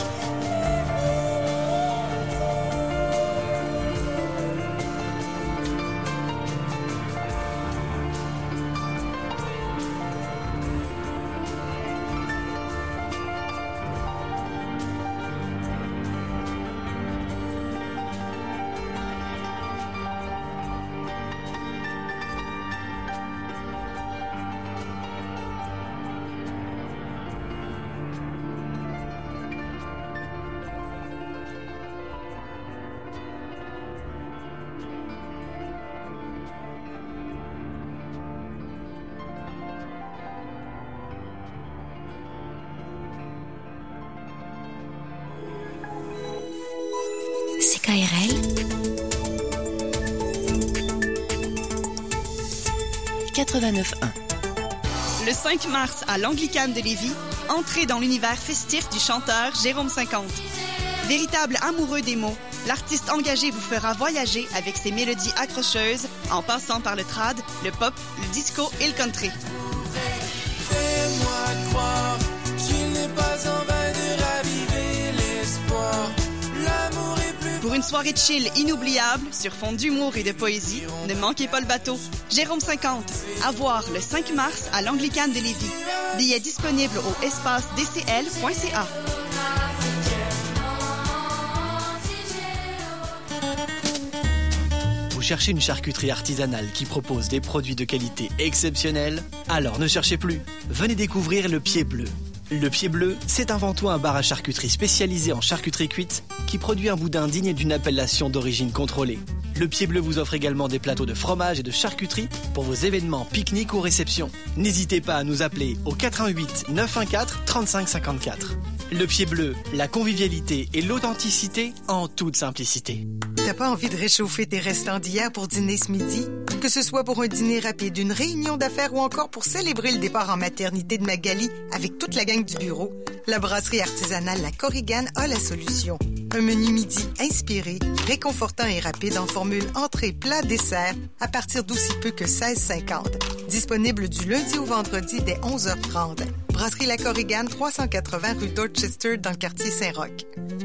Speaker 3: C K R L
Speaker 19: quatre-vingt-neuf un. Le cinq mars à l'Anglicane de Lévis, Entrez dans l'univers festif du chanteur Jérôme cinquante. Véritable amoureux des mots, l'artiste engagé vous fera voyager avec ses mélodies accrocheuses en passant par le trad, le pop, le disco et le country.
Speaker 2: Fais-moi croire qu'il n'est pas en vain de raviver l'espoir. L'amour est plus...
Speaker 19: Pour une soirée de chill inoubliable sur fond d'humour et de poésie, ne manquez pas le bateau. Jérôme cinquante, à voir le cinq mars à l'Anglicane de Lévis. Billets disponibles au espace d c l point c a.
Speaker 4: Vous cherchez une charcuterie artisanale qui propose des produits de qualité exceptionnelle? Alors ne cherchez plus. Venez découvrir le Pied Bleu. Le Pied Bleu, c'est avant tout un bar à charcuterie spécialisé en charcuterie cuite qui produit un boudin digne d'une appellation d'origine contrôlée. Le Pied Bleu vous offre également des plateaux de fromage et de charcuterie pour vos événements, pique-niques ou réceptions. N'hésitez pas à nous appeler au quatre-vingt-huit neuf un quatre trente-cinq cinquante-quatre. Le Pied Bleu, la convivialité et l'authenticité en toute simplicité.
Speaker 1: T'as pas envie de réchauffer tes restants d'hier pour dîner ce midi? Que ce soit pour un dîner rapide, une réunion d'affaires ou encore pour célébrer le départ en maternité de Magali avec toute la gang du bureau, la brasserie artisanale La Korigane a la solution. Un menu midi inspiré, réconfortant et rapide en formule entrée, plat, dessert à partir d'aussi peu que seize cinquante. Disponible du lundi au vendredi dès onze heures trente. Brasserie La Korigane, trois cent quatre-vingts rue Dorchester dans le quartier Saint-Roch.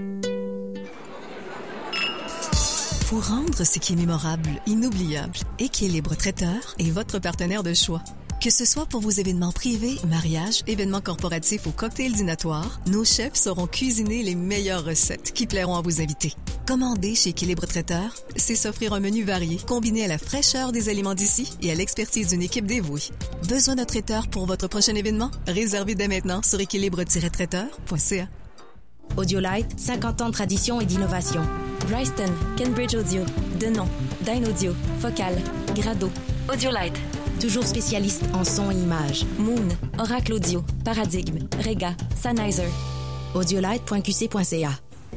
Speaker 22: Pour rendre ce qui est mémorable, inoubliable, Équilibre Traiteur est votre partenaire de choix. Que ce soit pour vos événements privés, mariages, événements corporatifs ou cocktails dînatoires, nos chefs sauront cuisiner les meilleures recettes qui plairont à vos invités. Commander chez Équilibre Traiteur, c'est s'offrir un menu varié, combiné à la fraîcheur des aliments d'ici et à l'expertise d'une équipe dévouée. Besoin d'un traiteur pour votre prochain événement? Réservez dès maintenant sur équilibre tiret traiteur point c a.
Speaker 3: Audiolite, cinquante ans de tradition et d'innovation. Bryston, Cambridge Audio, Denon, Dyn Audio, Focal, Grado. Audiolite, toujours spécialiste en son et images. Moon, Oracle Audio, Paradigme, Rega, Sennheiser. audiolite point q c point c a.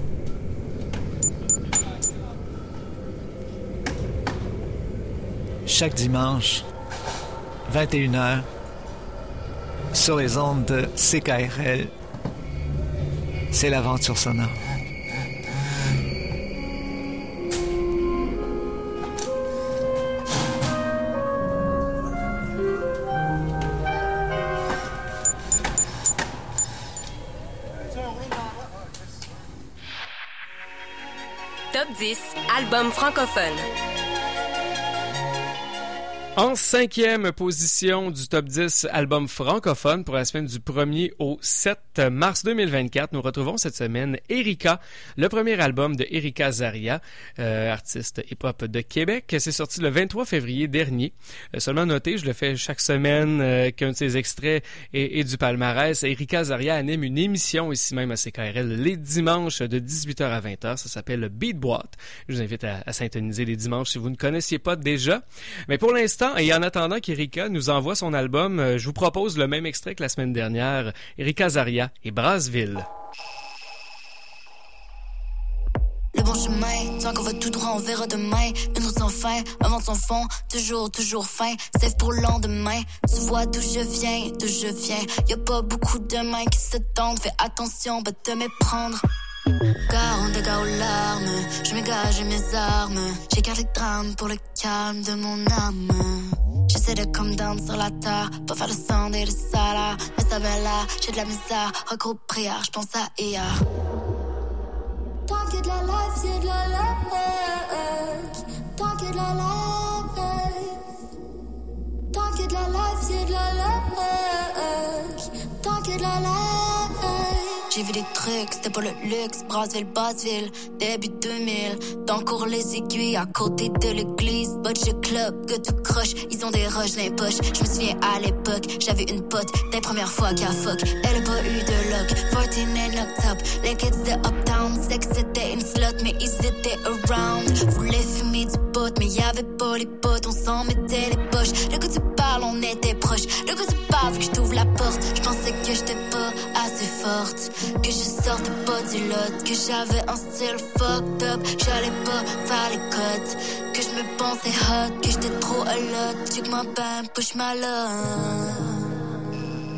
Speaker 23: Chaque dimanche, vingt et une heures, sur les ondes de C K R L, c'est l'aventure sonore.
Speaker 10: Top dix, album francophone.
Speaker 11: En cinquième position du top dix album francophone pour la semaine du premier au sept mars deux mille vingt-quatre, nous retrouvons cette semaine Erika, le premier album de Erika Azaria, euh, artiste hip-hop de Québec. C'est sorti le vingt-trois février dernier. Euh, seulement noté, je le fais chaque semaine euh, qu'un de ses extraits est, est du palmarès. Erika Azaria anime une émission ici même à C K R L les dimanches de dix-huit heures à vingt heures. Ça s'appelle Beat Boîte. Je vous invite à, à syntoniser les dimanches si vous ne connaissiez pas déjà. Mais pour l'instant, et en attendant qu'Erika nous envoie son album, je vous propose le même extrait que la semaine dernière, Erika Azaria et Brazzaville.
Speaker 24: Le bon chemin, tant qu'on va tout droit, on verra demain. Une route sans fin, avant son fond, toujours, toujours fin. Save pour le lendemain, tu vois d'où je viens, d'où je viens. Y'a pas beaucoup de mains qui se tendent, fais attention, pas te méprendre. quarante dégâts aux larmes, je m'égage mes armes. J'écarte les drames pour le calme de mon âme. J'essaie de come down sur la terre, pas faire le sang des salaires. Mais ça va là, j'ai de la misère, recours aux prières, j'pense à hier. Tant qu'il y a de la life, c'est de la life. Tant qu'il y a de la life. Tant qu'il y a de la life, c'est de la life. Tant qu'il y a de la life. J'ai vu des trucs, c'était pas le luxe. Brazzaville, Basseville, début deux mille. Dans cours les aiguilles, à côté de l'église. Budget club, que tout croche, ils ont des rushs dans les poches. Je me souviens à l'époque, j'avais une pote, des premières fois qu'à fuck. Elle a pas eu de luck, quatorze and locked up. Les kids de Uptown, c'est que c'était une slot, mais ils étaient around. Voulaient fumer du pot, mais y'avait pas les potes, on s'en mettait les poches. Le coup tu parles, on était proches. Le coup tu parles, faut que je t'ouvre la porte. Je pensais que j'étais pas assez forte, que je sortais pas du lot, que j'avais un style fucked up, j'allais pas faire les codes, que je me pensais hot, que j'étais trop à lot, check ma bam, push ma love. Tant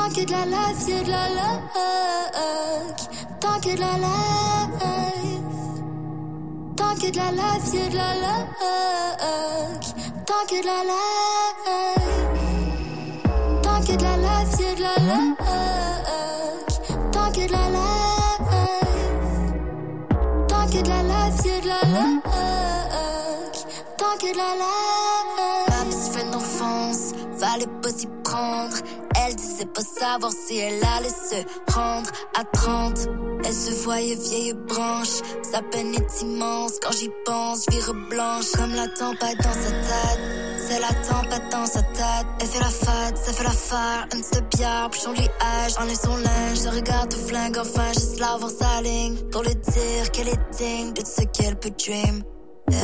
Speaker 24: Tant que de la life, y'a de la luck. Tant que de la life. Tant que de la life, y'a de la luck. Tant que de la life. Tant que de la life, y'a de la luck. Tant que de la life. Tant que de la life, y'a de la luck. Tant que de la life. Ma petite friend d'enfance, fallait pas s'y prendre. Elle disait pas savoir si elle allait se rendre à trente. Elle se voyait vieille branche. Sa peine est immense. Quand j'y pense, je vire blanche. Comme la tempête dans sa tête. C'est la tempête dans sa tête. Elle fait la fête, ça fait l'affaire. Un petit bière, puis les haches. Enlève son linge, je regarde tout flingue. Enfin, juste là voir sa ligne. Pour lui dire qu'elle est digne de ce qu'elle peut dream. Yeah.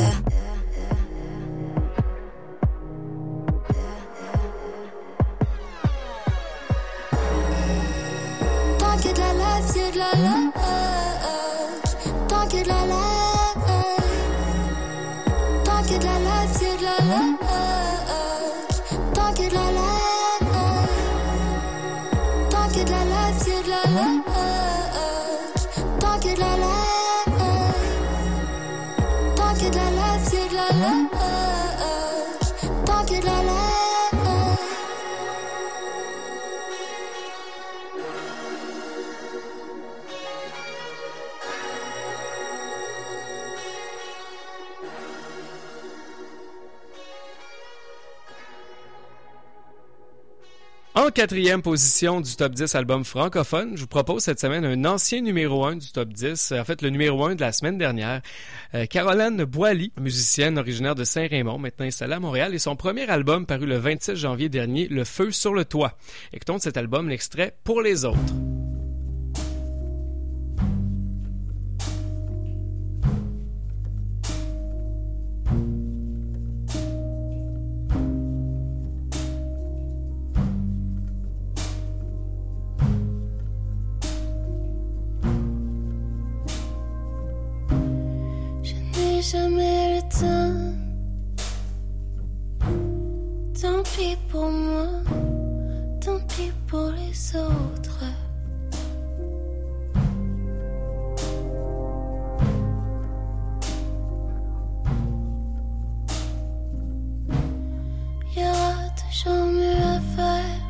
Speaker 24: Tant que de la life, y'a de la luck. Tant que de la life. Tant que de la life, y'a de la luck. Tant que de la life. Tant que de la life, y'a de la luck. Tant que de la life. Tant que de la life, y'a de la luck. Tant que de la life.
Speaker 11: En quatrième position du top dix album francophone, je vous propose cette semaine un ancien numéro un du top dix, en fait le numéro un de la semaine dernière, euh, Caroline Boily, musicienne originaire de Saint-Raymond, maintenant installée à Montréal, et son premier album paru le vingt-six janvier dernier, Le Feu sur le toit. Écoutons de cet album l'extrait Pour les autres.
Speaker 24: Jamais le temps. Tant pis pour moi, tant pis pour les autres. Y aura toujours mieux à faire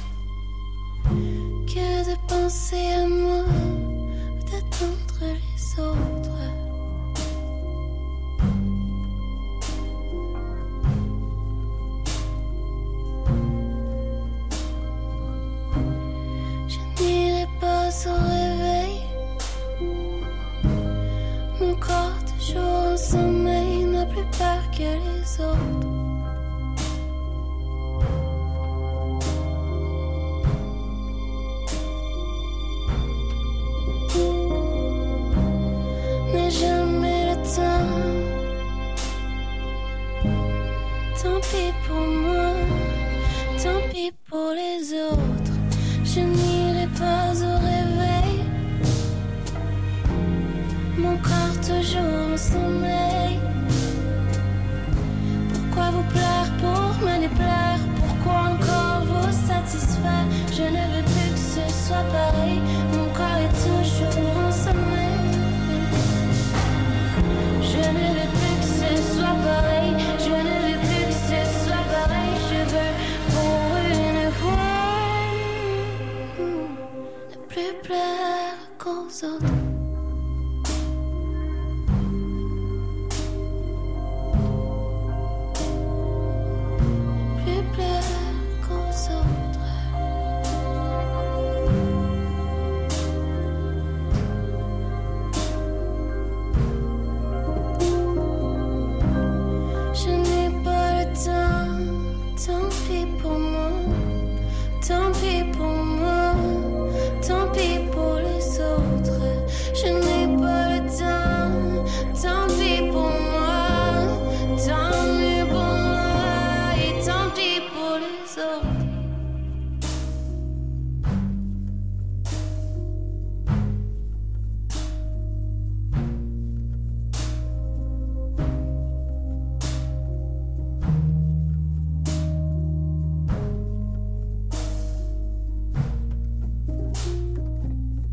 Speaker 24: que de penser à moi ou d'attendre les autres. Au réveil, mon corps toujours en sommeil n'a plus peur que les autres. N'ai jamais le temps. Tant pis pour moi, tant pis pour les autres. Je n'irai pas au réveil, mon corps toujours en sommeil. Pourquoi vous plaire pour me déplaire? Pourquoi encore vous satisfaire? Je ne veux plus que ce soit pareil, mon corps est toujours en sommeil. Je ne veux plus que ce soit pareil, je ne veux plus que ce soit pareil. Je veux pour une fois plus plaire qu'aux autres.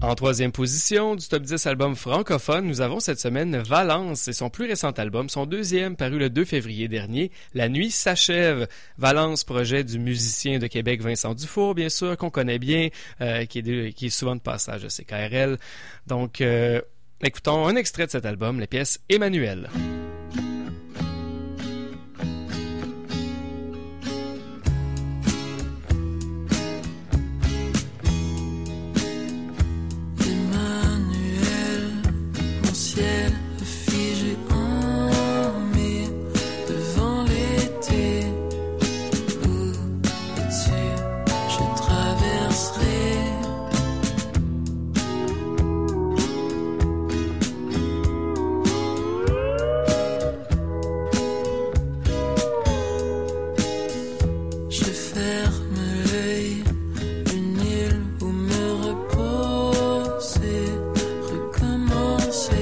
Speaker 11: En troisième position du top dix albums francophones, nous avons cette semaine Valence et son plus récent album, son deuxième paru le deux février dernier, La nuit s'achève. Valence, projet du musicien de Québec Vincent Dufour, bien sûr, qu'on connaît bien, euh, qui, est de, qui est souvent de passage à C K R L. Donc, euh, écoutons un extrait de cet album, la pièce Emmanuel.
Speaker 12: Ciel figé en mai devant l'été, où es-tu? Je traverserai. Je ferme l'œil, une île où me reposer, recommencer.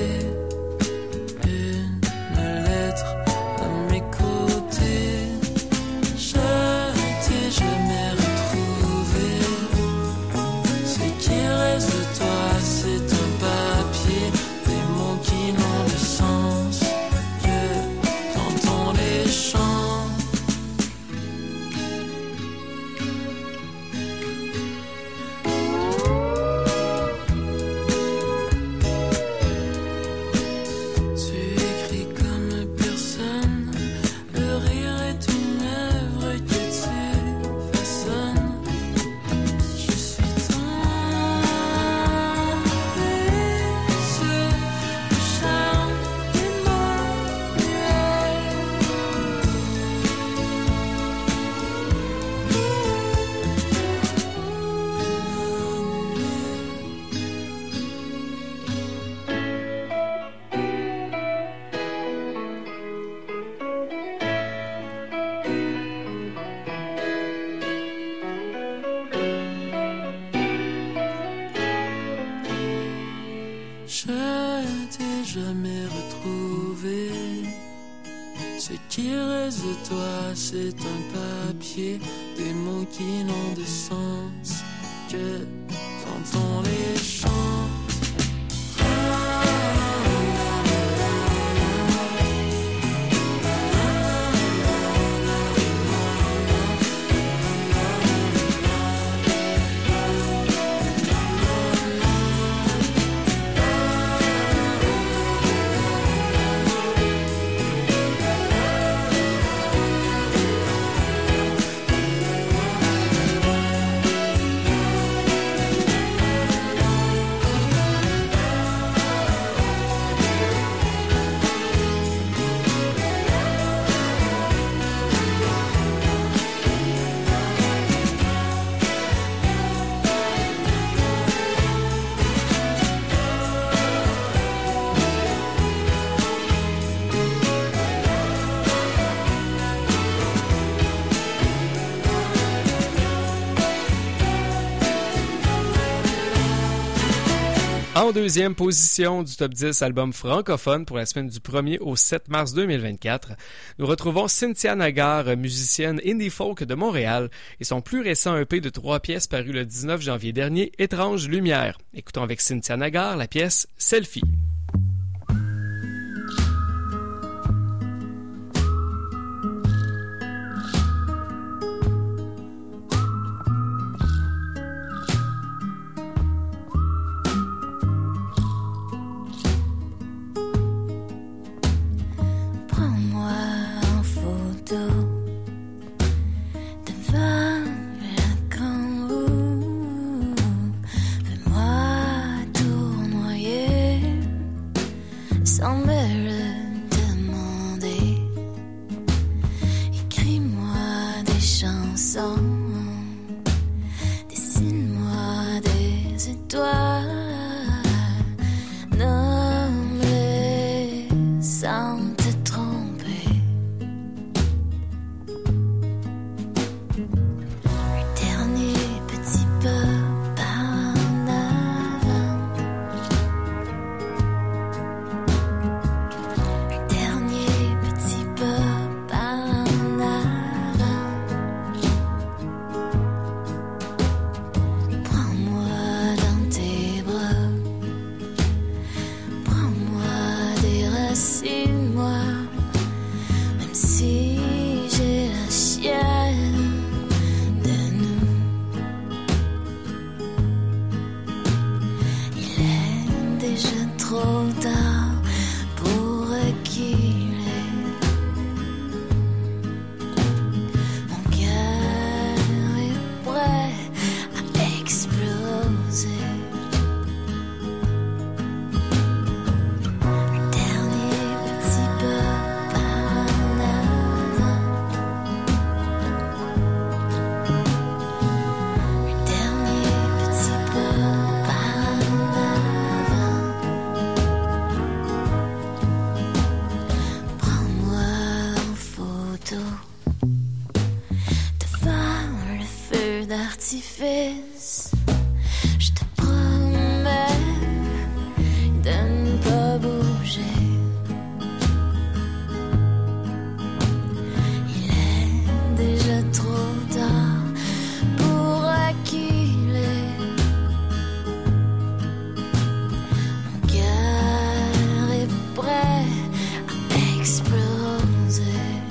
Speaker 12: C'est un papier, des mots qui n'ont de sens que quand on les chante.
Speaker 11: En deuxième position du top dix album francophone pour la semaine du premier au sept mars deux mille vingt-quatre, nous retrouvons Cynthia Nagar, musicienne indie folk de Montréal, et son plus récent E P de trois pièces paru le dix-neuf janvier dernier, Étrange Lumière. Écoutons avec Cynthia Nagar la pièce Selfie.
Speaker 24: Fais-moi tournoyer artifice. Je te promets de ne pas bouger. Il est déjà trop tard pour acculer. Mon cœur est prêt à exploser.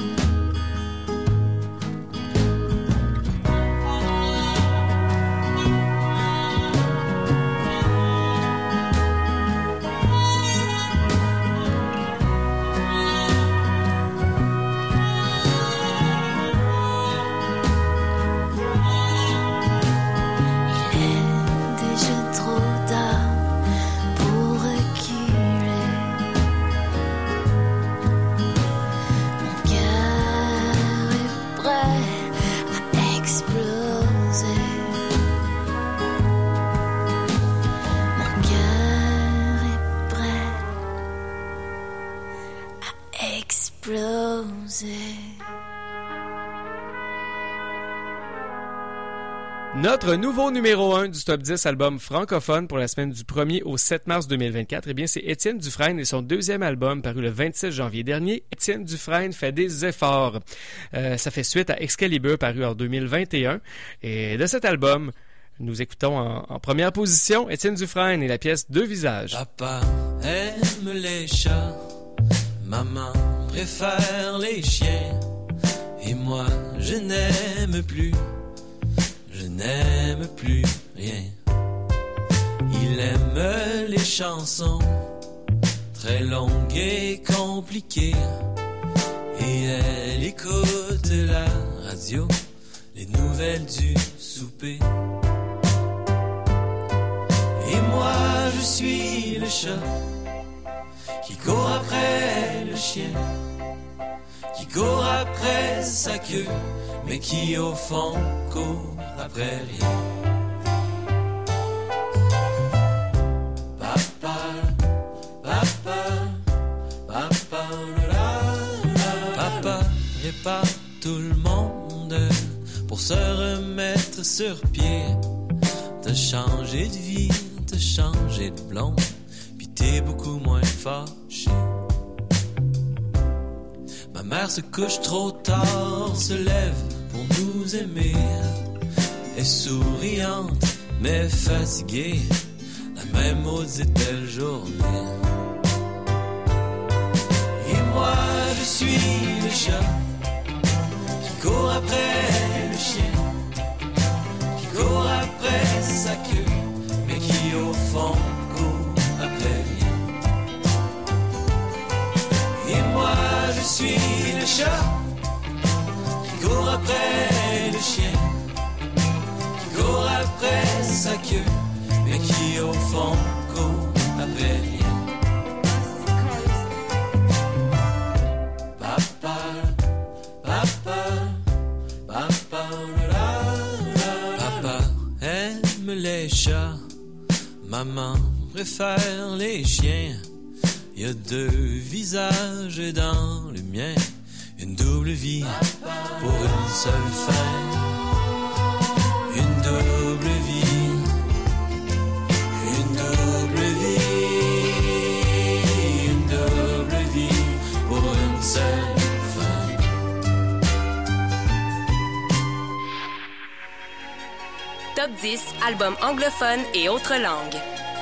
Speaker 11: Notre nouveau numéro un du top dix album francophone pour la semaine du premier au sept mars deux mille vingt-quatre, eh bien, c'est Étienne Dufresne et son deuxième album paru le vingt-six janvier dernier. Étienne Dufresne fait des efforts. Euh, ça fait suite à Excalibur paru en deux mille vingt et un. Et de cet album, nous écoutons en, en première position Étienne Dufresne et la pièce Deux visages.
Speaker 2: Papa aime les chats, maman préfère les chiens, et moi je n'aime plus. Je n'aime plus rien. Il aime les chansons très longues et compliquées, et elle écoute la radio, les nouvelles du souper. Et moi je suis le chat qui court après le chien, qui court après sa queue, mais qui au fond court après rien. Papa, papa, papa, la, la. Papa répare tout le monde pour se remettre sur pied. T'as changé de vie, t'as changé de blonde, pis t'es beaucoup moins fâché. Ma mère se couche trop tard, se lève pour nous aimer. Est souriante, mais fatiguée, la même maudite belle journée. Et moi, je suis le chat qui court après le chien, qui court après sa queue, mais qui au fond court après rien. Et moi, je suis le chat qui court après le chien, qui court après sa queue, mais qui au fond court après rien. Papa, papa, papa, la, la. Papa aime les chats, maman préfère les chiens. Il y a deux visages dans le mien, une double vie pour une seule fin. Une double vie, une double vie, une double vie pour une seule fin.
Speaker 10: Top dix, albums anglophones et autres langues.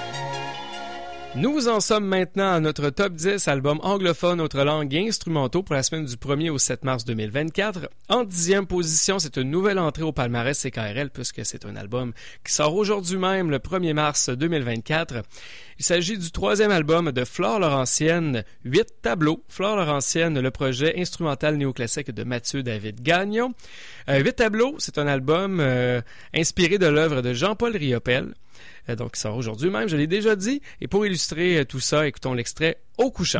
Speaker 11: Nous en sommes maintenant à notre top dix albums anglophones, autres langues et instrumentaux pour la semaine du premier au sept mars deux mille vingt-quatre. En dixième position, c'est une nouvelle entrée au palmarès C K R L puisque c'est un album qui sort aujourd'hui même, le premier mars deux mille vingt-quatre. Il s'agit du troisième album de Flore Laurentienne, Huit tableaux. Flore Laurentienne, le projet instrumental néoclassique de Mathieu David Gagnon. Euh, Huit tableaux, c'est un album euh, inspiré de l'œuvre de Jean-Paul Riopelle. Donc, il sort aujourd'hui même, je l'ai déjà dit. Et pour illustrer tout ça, écoutons l'extrait « Au couchant ».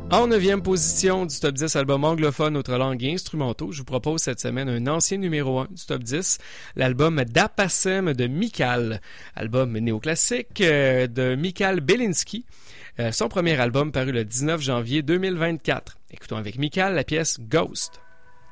Speaker 11: En neuvième position du top dix album anglophone autre langue et instrumentaux, je vous propose cette semaine un ancien numéro un du top dix, l'album Dapassem de Michal, album néoclassique euh, de Michal Belinsky, euh, son premier album paru le dix-neuf janvier deux mille vingt-quatre. Écoutons avec Michal la pièce Ghost.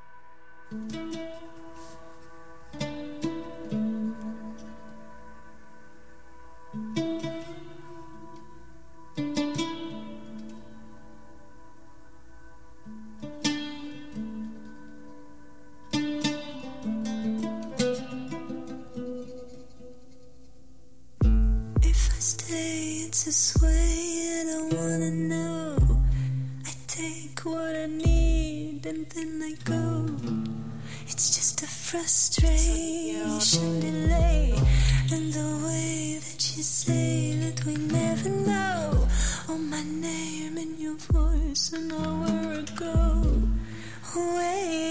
Speaker 13: It's this way and I wanna know. I take what I need and then I go. It's just a frustration delay and the way that you say that we never know. Oh, my name in your voice an hour ago. Oh, yeah,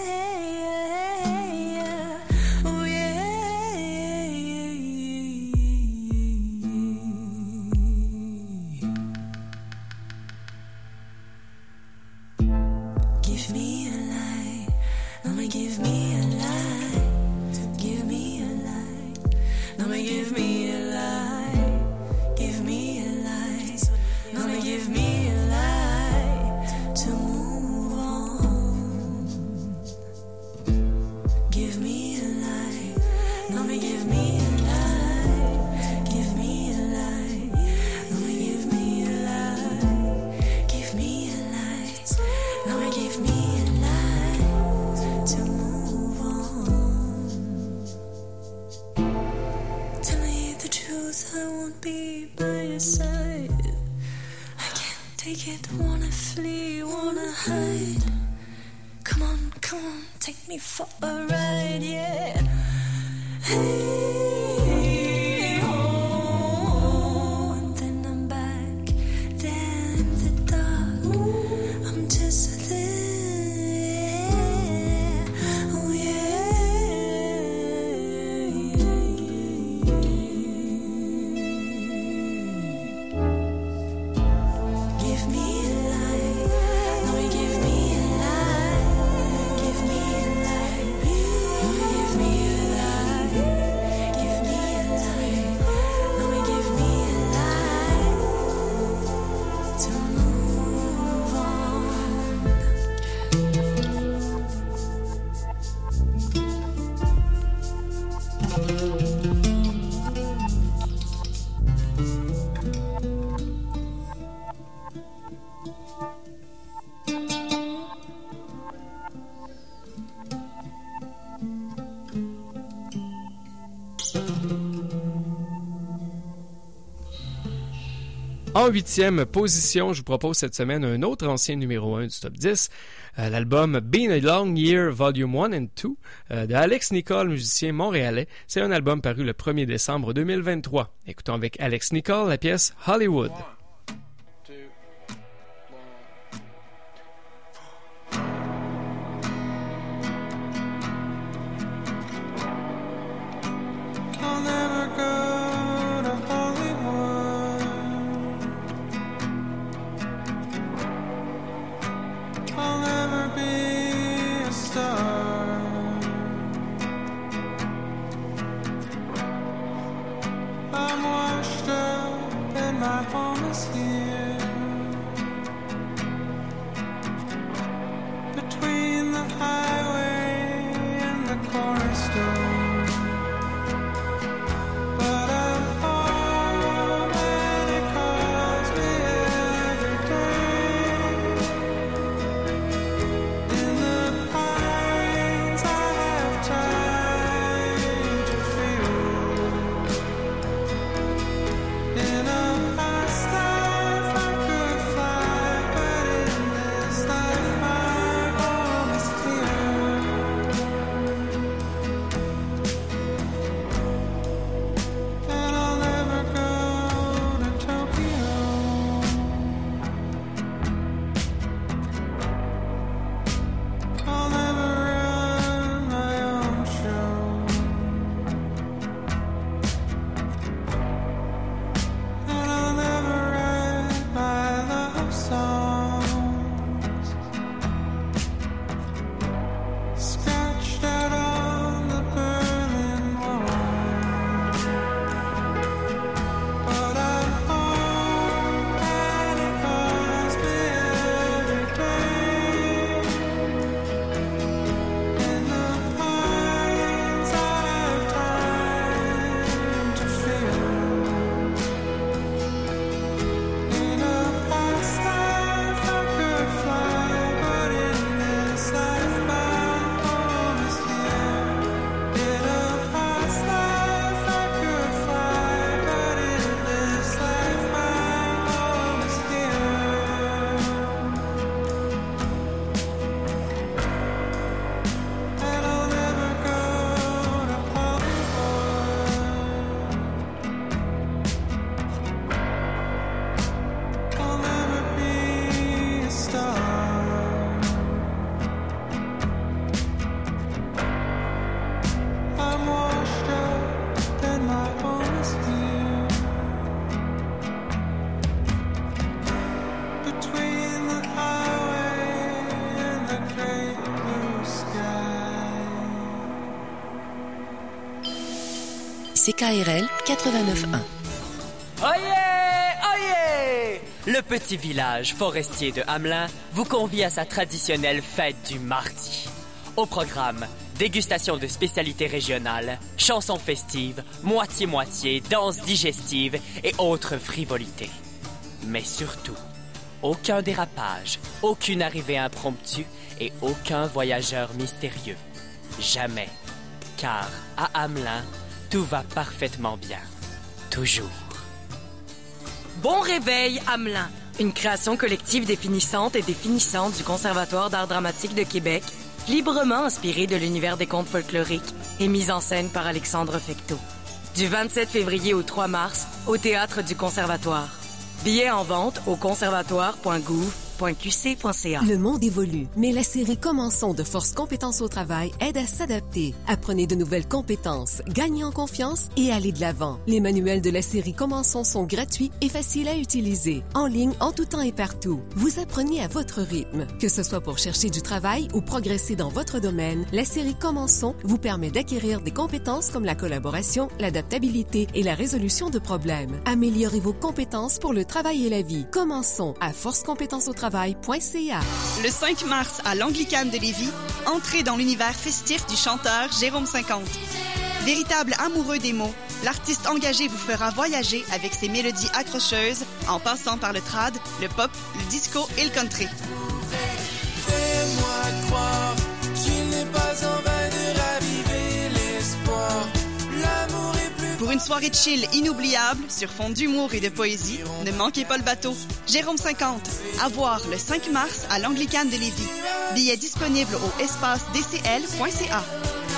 Speaker 13: yeah. Oh, yeah. Give me a light, no me give me a light. Give me a light, no me give me a light. Give me a light, no me give me a light to move on. Give me a light, no me give me a light. Give me a light, no me give me a light. Give me a light, no me give me a light to move on. Tell me the truth, I won't be by your side. I can't take it, wanna flee, wanna hide. Come on, come on, take me for a ride, yeah. Hey, oh, and then I'm back there in the dark. I'm just there. Oh, give me a light, no, give me a light. Give me a light, no, give me a light. Give me a light, no, give me a light to move on.
Speaker 11: En huitième position, je vous propose cette semaine un autre ancien numéro un du top dix, euh, l'album Been a Long Year Volume one and two euh, de Alex Nicole, musicien montréalais. C'est un album paru le premier décembre deux mille vingt-trois. Écoutons avec Alex Nicole la pièce Hollywood.
Speaker 2: I'll never go to Hollywood. I'll never be a star. I'm washed up and my home is here.
Speaker 21: C K R L quatre-vingt-neuf un.
Speaker 5: Oyez! Oyez! Le petit village forestier de Hamelin vous convie à sa traditionnelle fête du mardi. Au programme, dégustation de spécialités régionales, chansons festives, moitié-moitié, danses digestives et autres frivolités. Mais surtout, aucun dérapage, aucune arrivée impromptue et aucun voyageur mystérieux. Jamais. Car à Hamelin, tout va parfaitement bien. Toujours.
Speaker 6: Bon réveil, Hamelin. Une création collective définissante et définissante du Conservatoire d'art dramatique de Québec, librement inspirée de l'univers des contes folkloriques et mise en scène par Alexandre Fecteau. Du vingt-sept février au trois mars, au Théâtre du Conservatoire. Billets en vente au conservatoire point gouv point q c point c a.
Speaker 7: Le monde évolue, mais la série Commençons de Force Compétences au travail aide à s'adapter. Apprenez de nouvelles compétences, gagnez en confiance et allez de l'avant. Les manuels de la série Commençons sont gratuits et faciles à utiliser, en ligne, en tout temps et partout. Vous apprenez à votre rythme. Que ce soit pour chercher du travail ou progresser dans votre domaine, la série Commençons vous permet d'acquérir des compétences comme la collaboration, l'adaptabilité et la résolution de problèmes. Améliorez vos compétences pour le travail et la vie. Commençons à force compétences au travail.
Speaker 19: Le cinq mars, à l'Anglicane de Lévis, entrez dans l'univers festif du chanteur Jérôme cinquante. Véritable amoureux des mots, l'artiste engagé vous fera voyager avec ses mélodies accrocheuses en passant par le trad, le pop, le disco et le country.
Speaker 2: Fais-moi croire qu'il n'est pas en vain de raviver l'espoir. L'amour est plus...
Speaker 19: Pour une soirée chill inoubliable, sur fond d'humour et de poésie, ne manquez pas le bateau. Jérôme cinquante, à voir le cinq mars à l'Anglicane de Lévis. Billets disponibles au espace d c l point c a.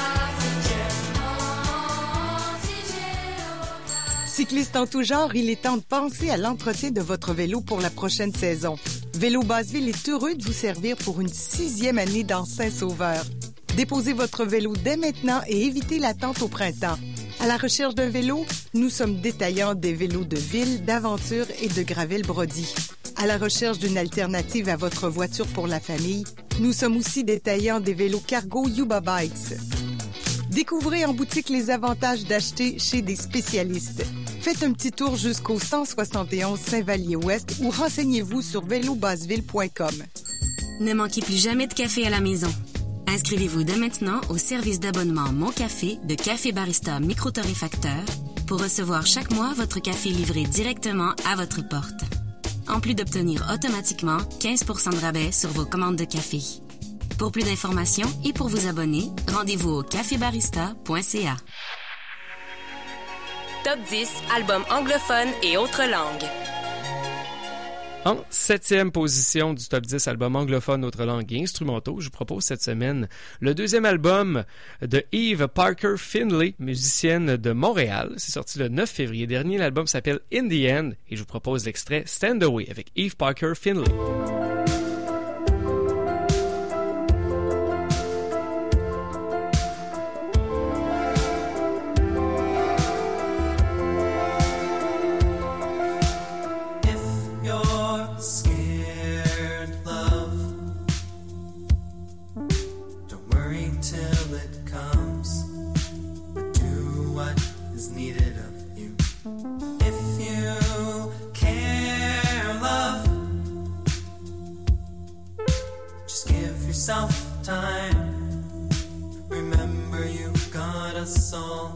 Speaker 1: Cycliste en tout genre, il est temps de penser à l'entretien de votre vélo pour la prochaine saison. Vélo Basseville est heureux de vous servir pour une sixième année dans Saint-Sauveur. Déposez votre vélo dès maintenant et évitez l'attente au printemps. À la recherche d'un vélo, nous sommes détaillants des vélos de ville, d'aventure et de gravel-brody. À la recherche d'une alternative à votre voiture pour la famille, nous sommes aussi détaillants des vélos cargo Yuba Bikes. Découvrez en boutique les avantages d'acheter chez des spécialistes. Faites un petit tour jusqu'au cent soixante et onze Saint-Vallier-Ouest ou renseignez-vous sur vélo basseville point com.
Speaker 21: Ne manquez plus jamais de café à la maison. Inscrivez-vous dès maintenant au service d'abonnement Mon Café de Café Barista Micro-Torréfacteur pour recevoir chaque mois votre café livré directement à votre porte. En plus d'obtenir automatiquement quinze pour cent de rabais sur vos commandes de café. Pour plus d'informations et pour vous abonner, rendez-vous au café barista point c a.
Speaker 10: Top dix, albums anglophones et autres langues.
Speaker 11: En septième position du top dix albums anglophones, autres langues et instrumentaux, je vous propose cette semaine le deuxième album de Eve Parker Finley, musicienne de Montréal. C'est sorti le neuf février dernier. L'album s'appelle In the End et je vous propose l'extrait Stand Away avec Eve Parker Finley.
Speaker 2: Time. Remember, you've got us all.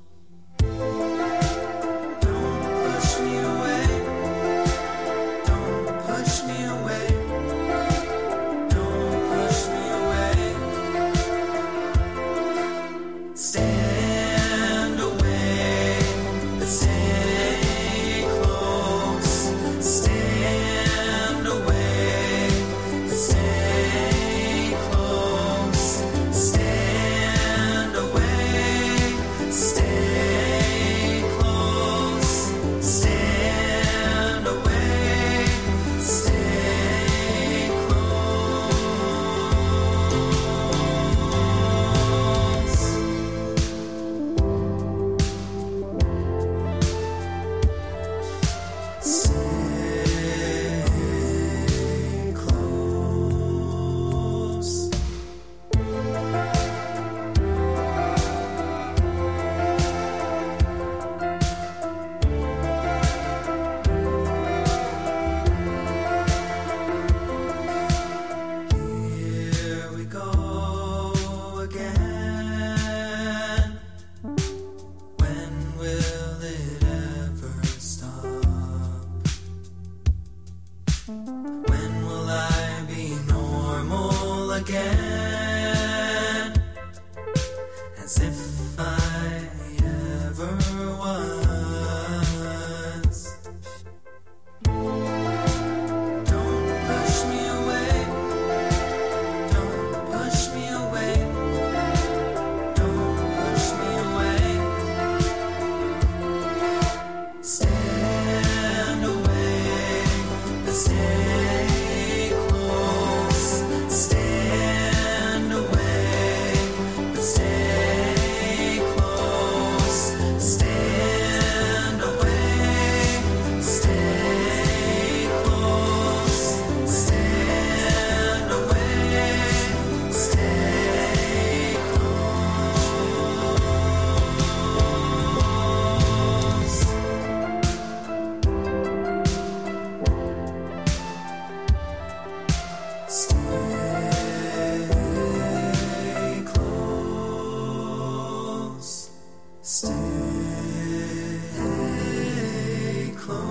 Speaker 2: Don't push me away. Don't push me away. Don't push me away. Stand away. Stay close. Stand away. Stay close. When will I be normal again? As if I ever was. Don't push me away. Don't push me away. Don't push me away. Stand away, but stay close. Stand away, but stay close. Stand away, stay close. Stand away, stay close. Stay close. Stay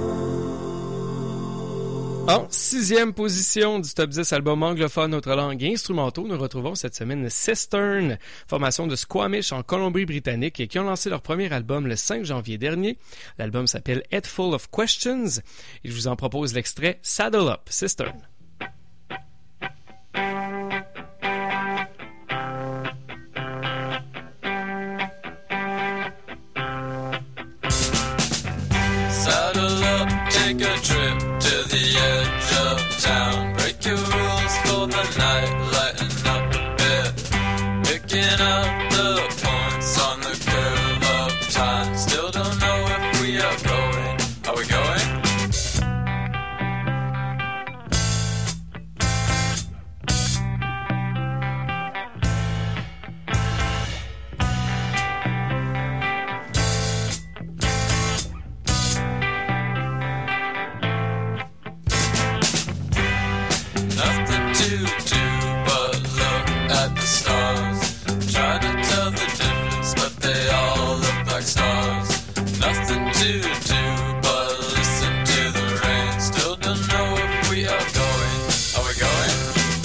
Speaker 2: close.
Speaker 11: En sixième position du top dix album anglophone autre langue instrumentaux, nous retrouvons cette semaine Cistern, formation de Squamish en Colombie-Britannique qui ont lancé leur premier album le cinq janvier dernier. L'album s'appelle Head Full of Questions et je vous en propose l'extrait Saddle Up, Cistern.
Speaker 2: Saddle up, take a trip to the edge of town. Break your rules for the night, lighten up a bit. Picking up the points on the curve of time. Still don't know if we are going. Are we going? Nothing to do but look at the stars. Try to tell the difference, but they all look like stars. Nothing to do but listen to the rain. Still don't know if we are going. Are we going?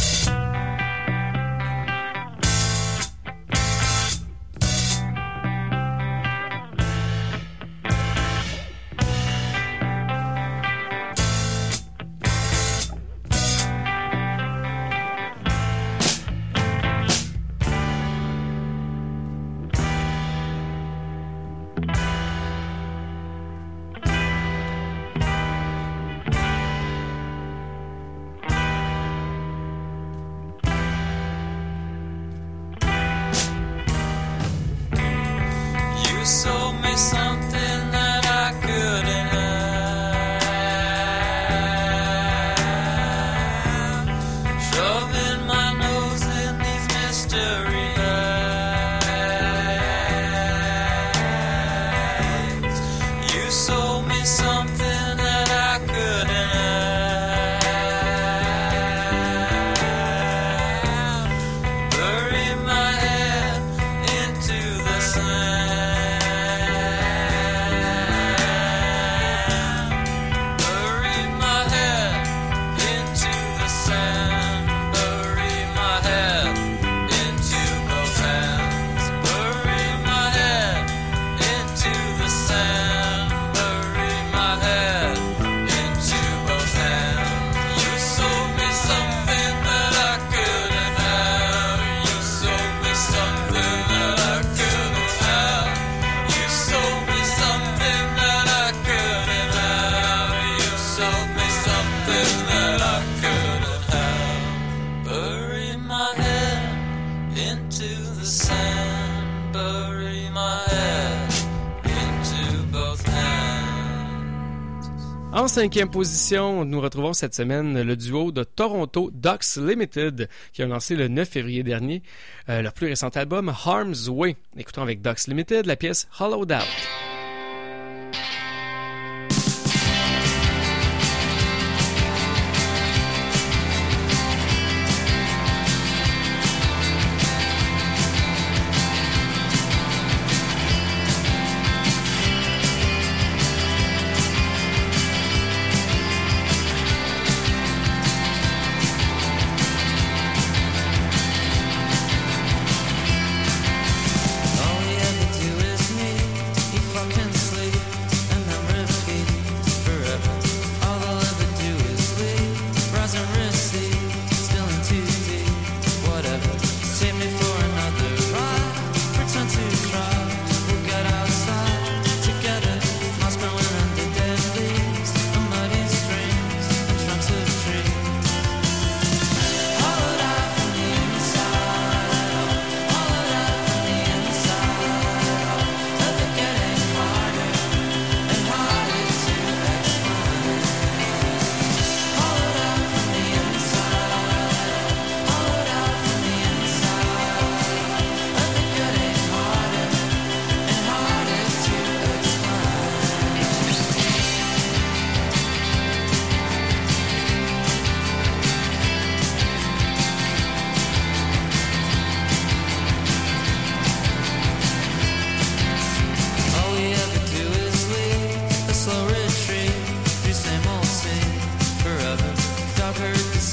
Speaker 2: You sold me something that I couldn't have. Shoving my nose in these mystery bags. You sold me something that I couldn't have. Bury my head into the sand. Bury my head into the sand. Bury my head into both hands. Bury my head into the sand. Bury my head into both hands. You sold me something that I couldn't have. You sold me something that I couldn't have. You sold me something that I couldn't have. You sold me something that I couldn't have. Bury my head into the sand. Bury my head into both hands.
Speaker 11: En cinquième position, nous retrouvons cette semaine le duo de Toronto Ducks Limited qui a lancé le neuf février dernier euh, leur plus récent album Harm's Way. Écoutons avec Ducks Limited la pièce Hollowed Out.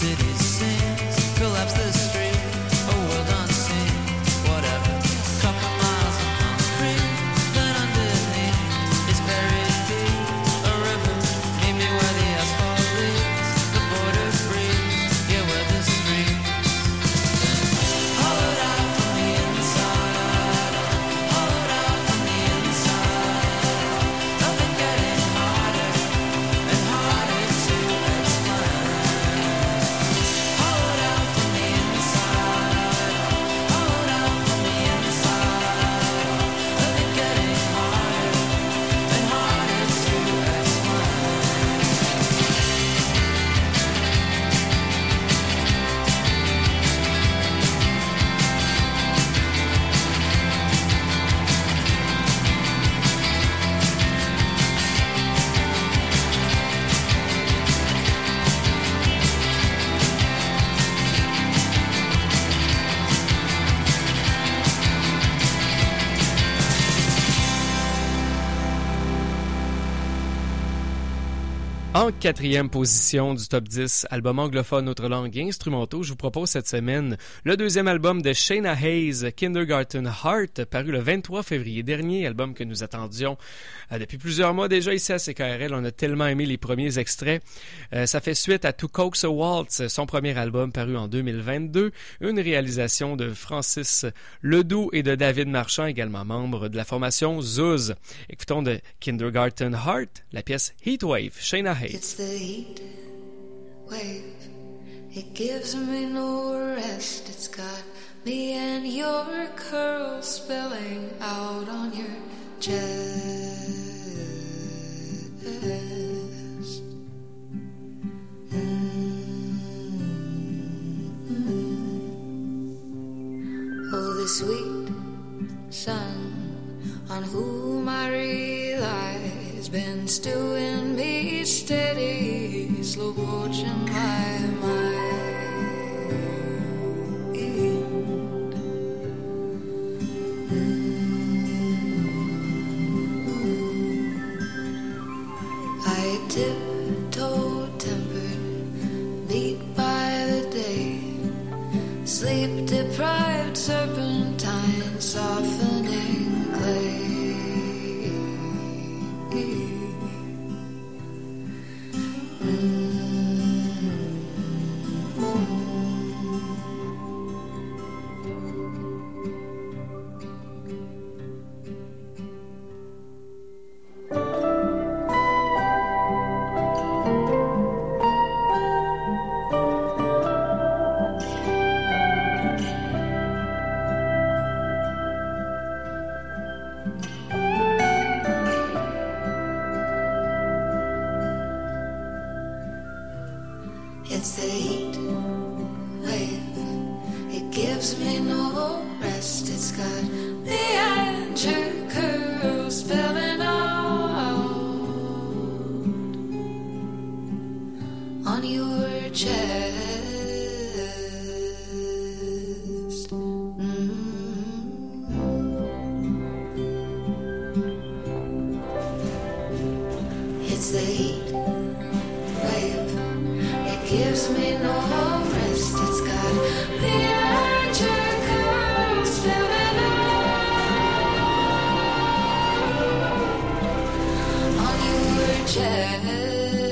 Speaker 2: city sings, collapse the street, a world unseen, whatever. Couple miles of concrete, then underneath is buried deep, a river. Meet me where the asphalt leaves, the border breeze, yeah, where the streets. Hollowed out from the inside, hollowed out from the inside, nothing getting harder and harder to explain. Hollowed out from the inside, hollowed out from the inside, nothing getting harder and harder to explain.
Speaker 11: En quatrième position du top dix, album anglophone autre langue instrumentaux, je vous propose cette semaine le deuxième album de Shayna Hayes, Kindergarten Heart, paru le vingt-trois février dernier, album que nous attendions euh, depuis plusieurs mois déjà ici à C K R L. On a tellement aimé les premiers extraits. Euh, ça fait suite à To Coax a Waltz, son premier album paru en deux mille vingt-deux, une réalisation de Francis Ledoux et de David Marchand, également membre de la formation Zouz. Écoutons de Kindergarten Heart, la pièce Heatwave, Shayna Hayes.
Speaker 13: It's the heat wave. It gives me no rest. It's got me and your curls spilling out on your chest. Mm-hmm. Oh, the sweet sun on whom I rely has been stewing me steady, slow poaching my mind. Mm-hmm. I tiptoe tempered, beat by the day, sleep deprived serpentine, softening clay. It's the heat wave. It gives me no rest. It's got me and your curls spilling out on your chest. Mm-hmm. It's the heat wave. Gives me no rest. It's got the edge of curls spilling out on your chest.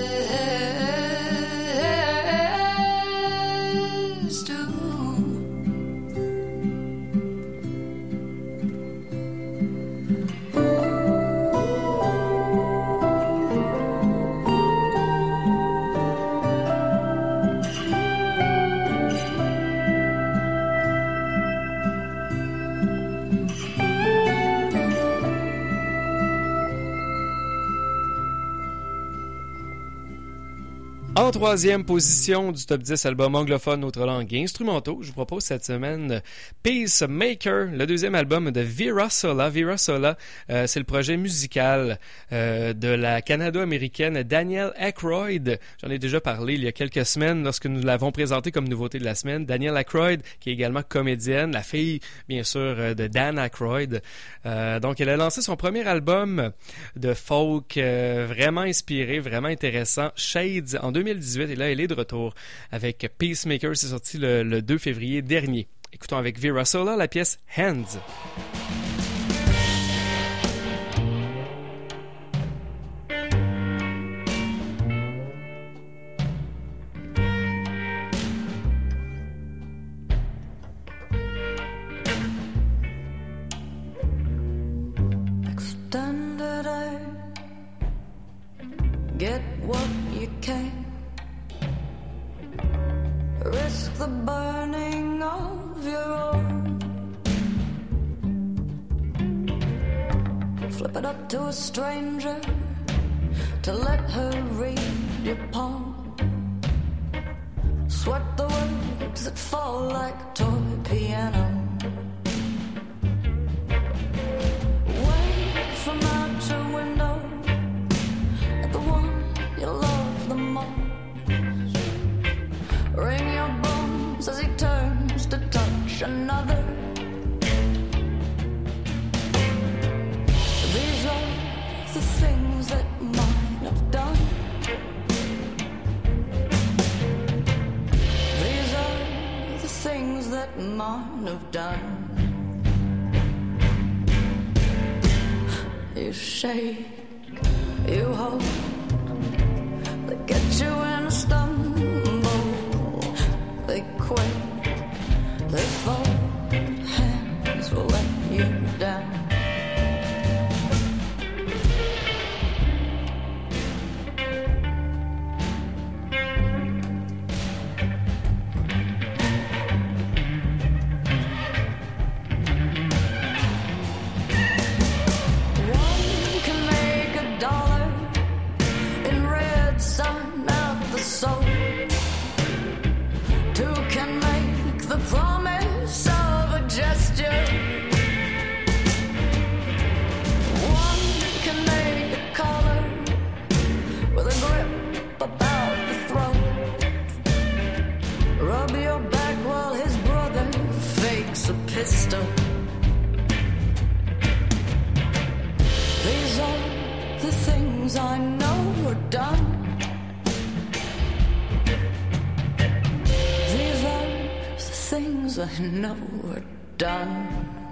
Speaker 11: En troisième position du top dix album anglophone autre langue instrumentaux, je vous propose cette semaine Peacemaker, le deuxième album de Vera Sola. Vera Sola, euh, c'est le projet musical euh, de la canado-américaine Danielle Aykroyd. J'en ai déjà parlé il y a quelques semaines lorsque nous l'avons présenté comme nouveauté de la semaine. Danielle Aykroyd, qui est également comédienne, la fille, bien sûr, de Dan Aykroyd. Euh, donc, elle a lancé son premier album de folk euh, vraiment inspiré, vraiment intéressant, Shades, en deux mille dix-huit et là, elle est de retour avec Peacemaker. C'est sorti le, le deux février dernier. Écoutons avec Vera Sola la pièce Hands.
Speaker 12: Extended air, get what you can. Risk the burning of your own. Flip it up to a stranger to let her read your palm. Sweat the words that fall like a toy piano. Wave from out your window at the one you love the most. Ring your bones as he turns to touch another. These are the things that mine have done. These are the things that mine have done. You shake, you hold, they get you in a stumble. They quake, they fall, hands will let you down. One can make a dollar in red sun out the soul. Two can make the promise of a gesture. One can make a collar with a grip about the throat. Rub your back while his brother fakes a pistol. These are the things I know are done. These are the things I know are done.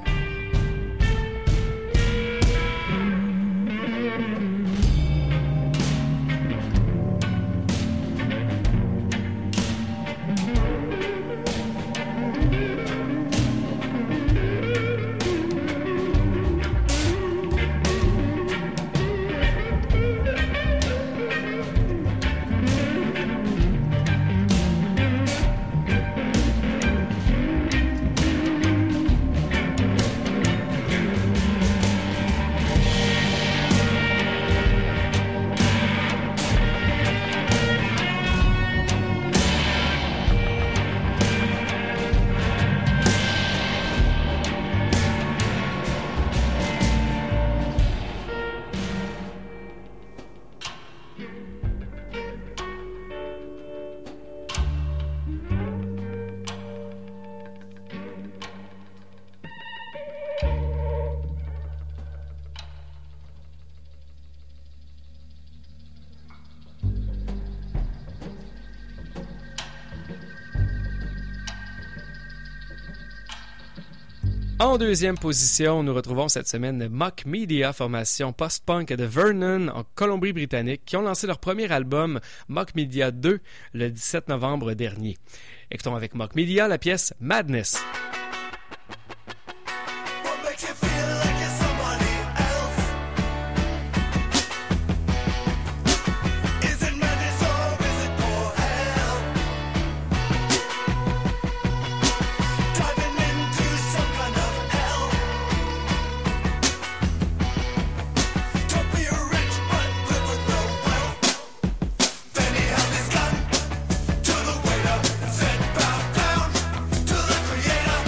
Speaker 11: En deuxième position, nous retrouvons cette semaine Mock Media, formation post-punk de Vernon en Colombie-Britannique, qui ont lancé leur premier album Mock Media deux le dix-sept novembre dernier. Écoutons avec Mock Media la pièce Madness.
Speaker 14: Creator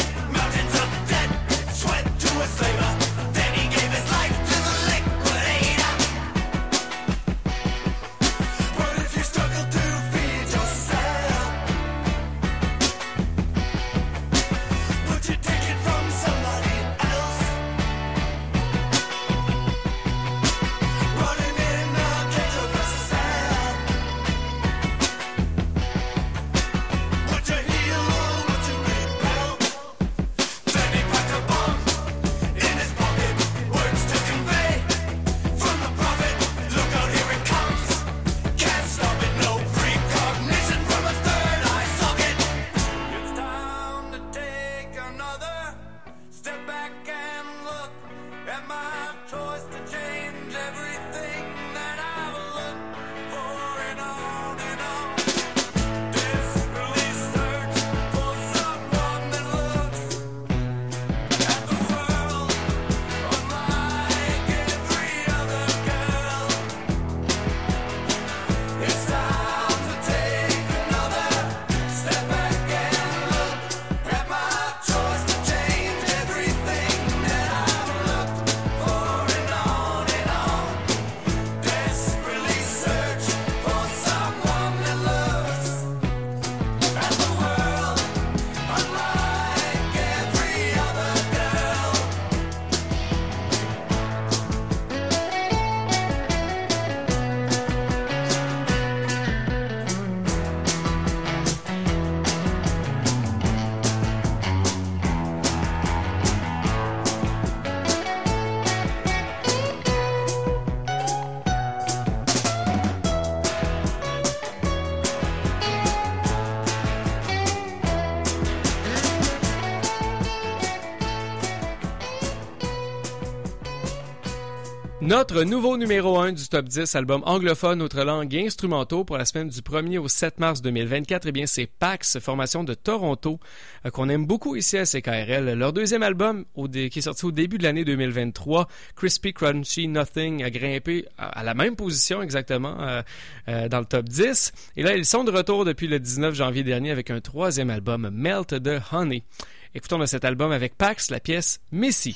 Speaker 11: Notre nouveau numéro un du top dix, album anglophone, autre langue et instrumentaux pour la semaine du premier au sept mars deux mille vingt-quatre, eh bien c'est Pax, formation de Toronto, euh, qu'on aime beaucoup ici à C K R L. Leur deuxième album, au dé- qui est sorti au début de l'année deux mille vingt-trois, Crispy Crunchy Nothing, a grimpé à, à la même position exactement euh, euh, dans le top dix. Et là, ils sont de retour depuis le dix-neuf janvier dernier avec un troisième album, Melt the Honey. Écoutons de cet album avec Pax, la pièce Missy.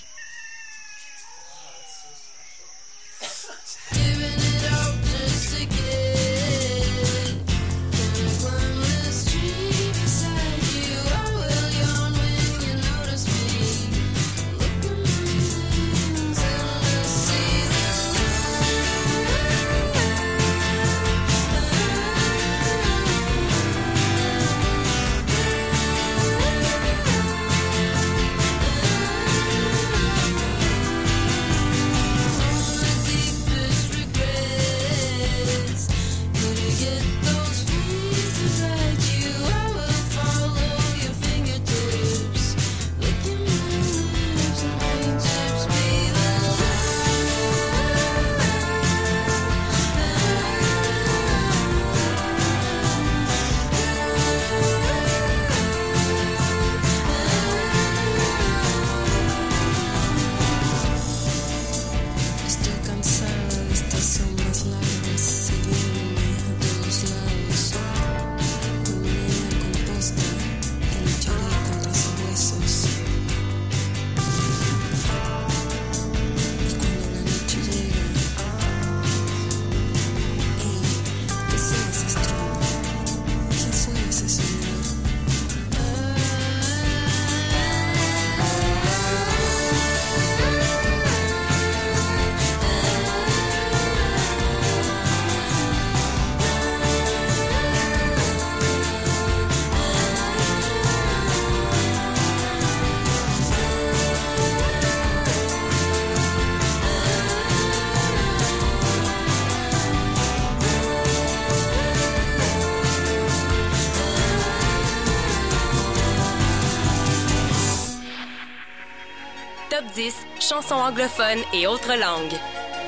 Speaker 10: Chansons anglophones et autres langues.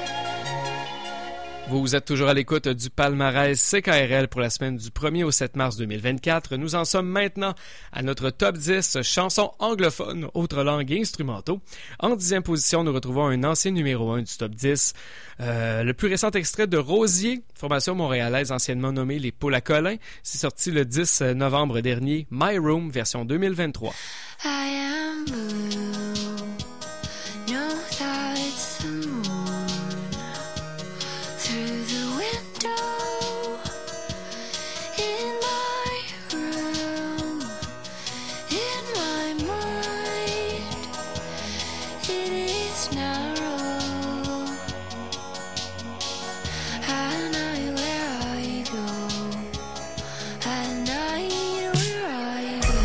Speaker 11: Vous êtes toujours à l'écoute du palmarès C K R L pour la semaine du premier au sept mars deux mille vingt-quatre. Nous en sommes maintenant à notre top dix chansons anglophones, autres langues et instrumentaux. En dixième position, nous retrouvons un ancien numéro un du top dix. Euh, le plus récent extrait de Rosier, formation montréalaise anciennement nommée Les Poules à Colin. C'est sorti le dix novembre dernier. My Room, version deux mille vingt-trois.
Speaker 13: I am blue. No, that's the moon through the window in my room, in my mind. It is narrow, and I where I go, and I where I go.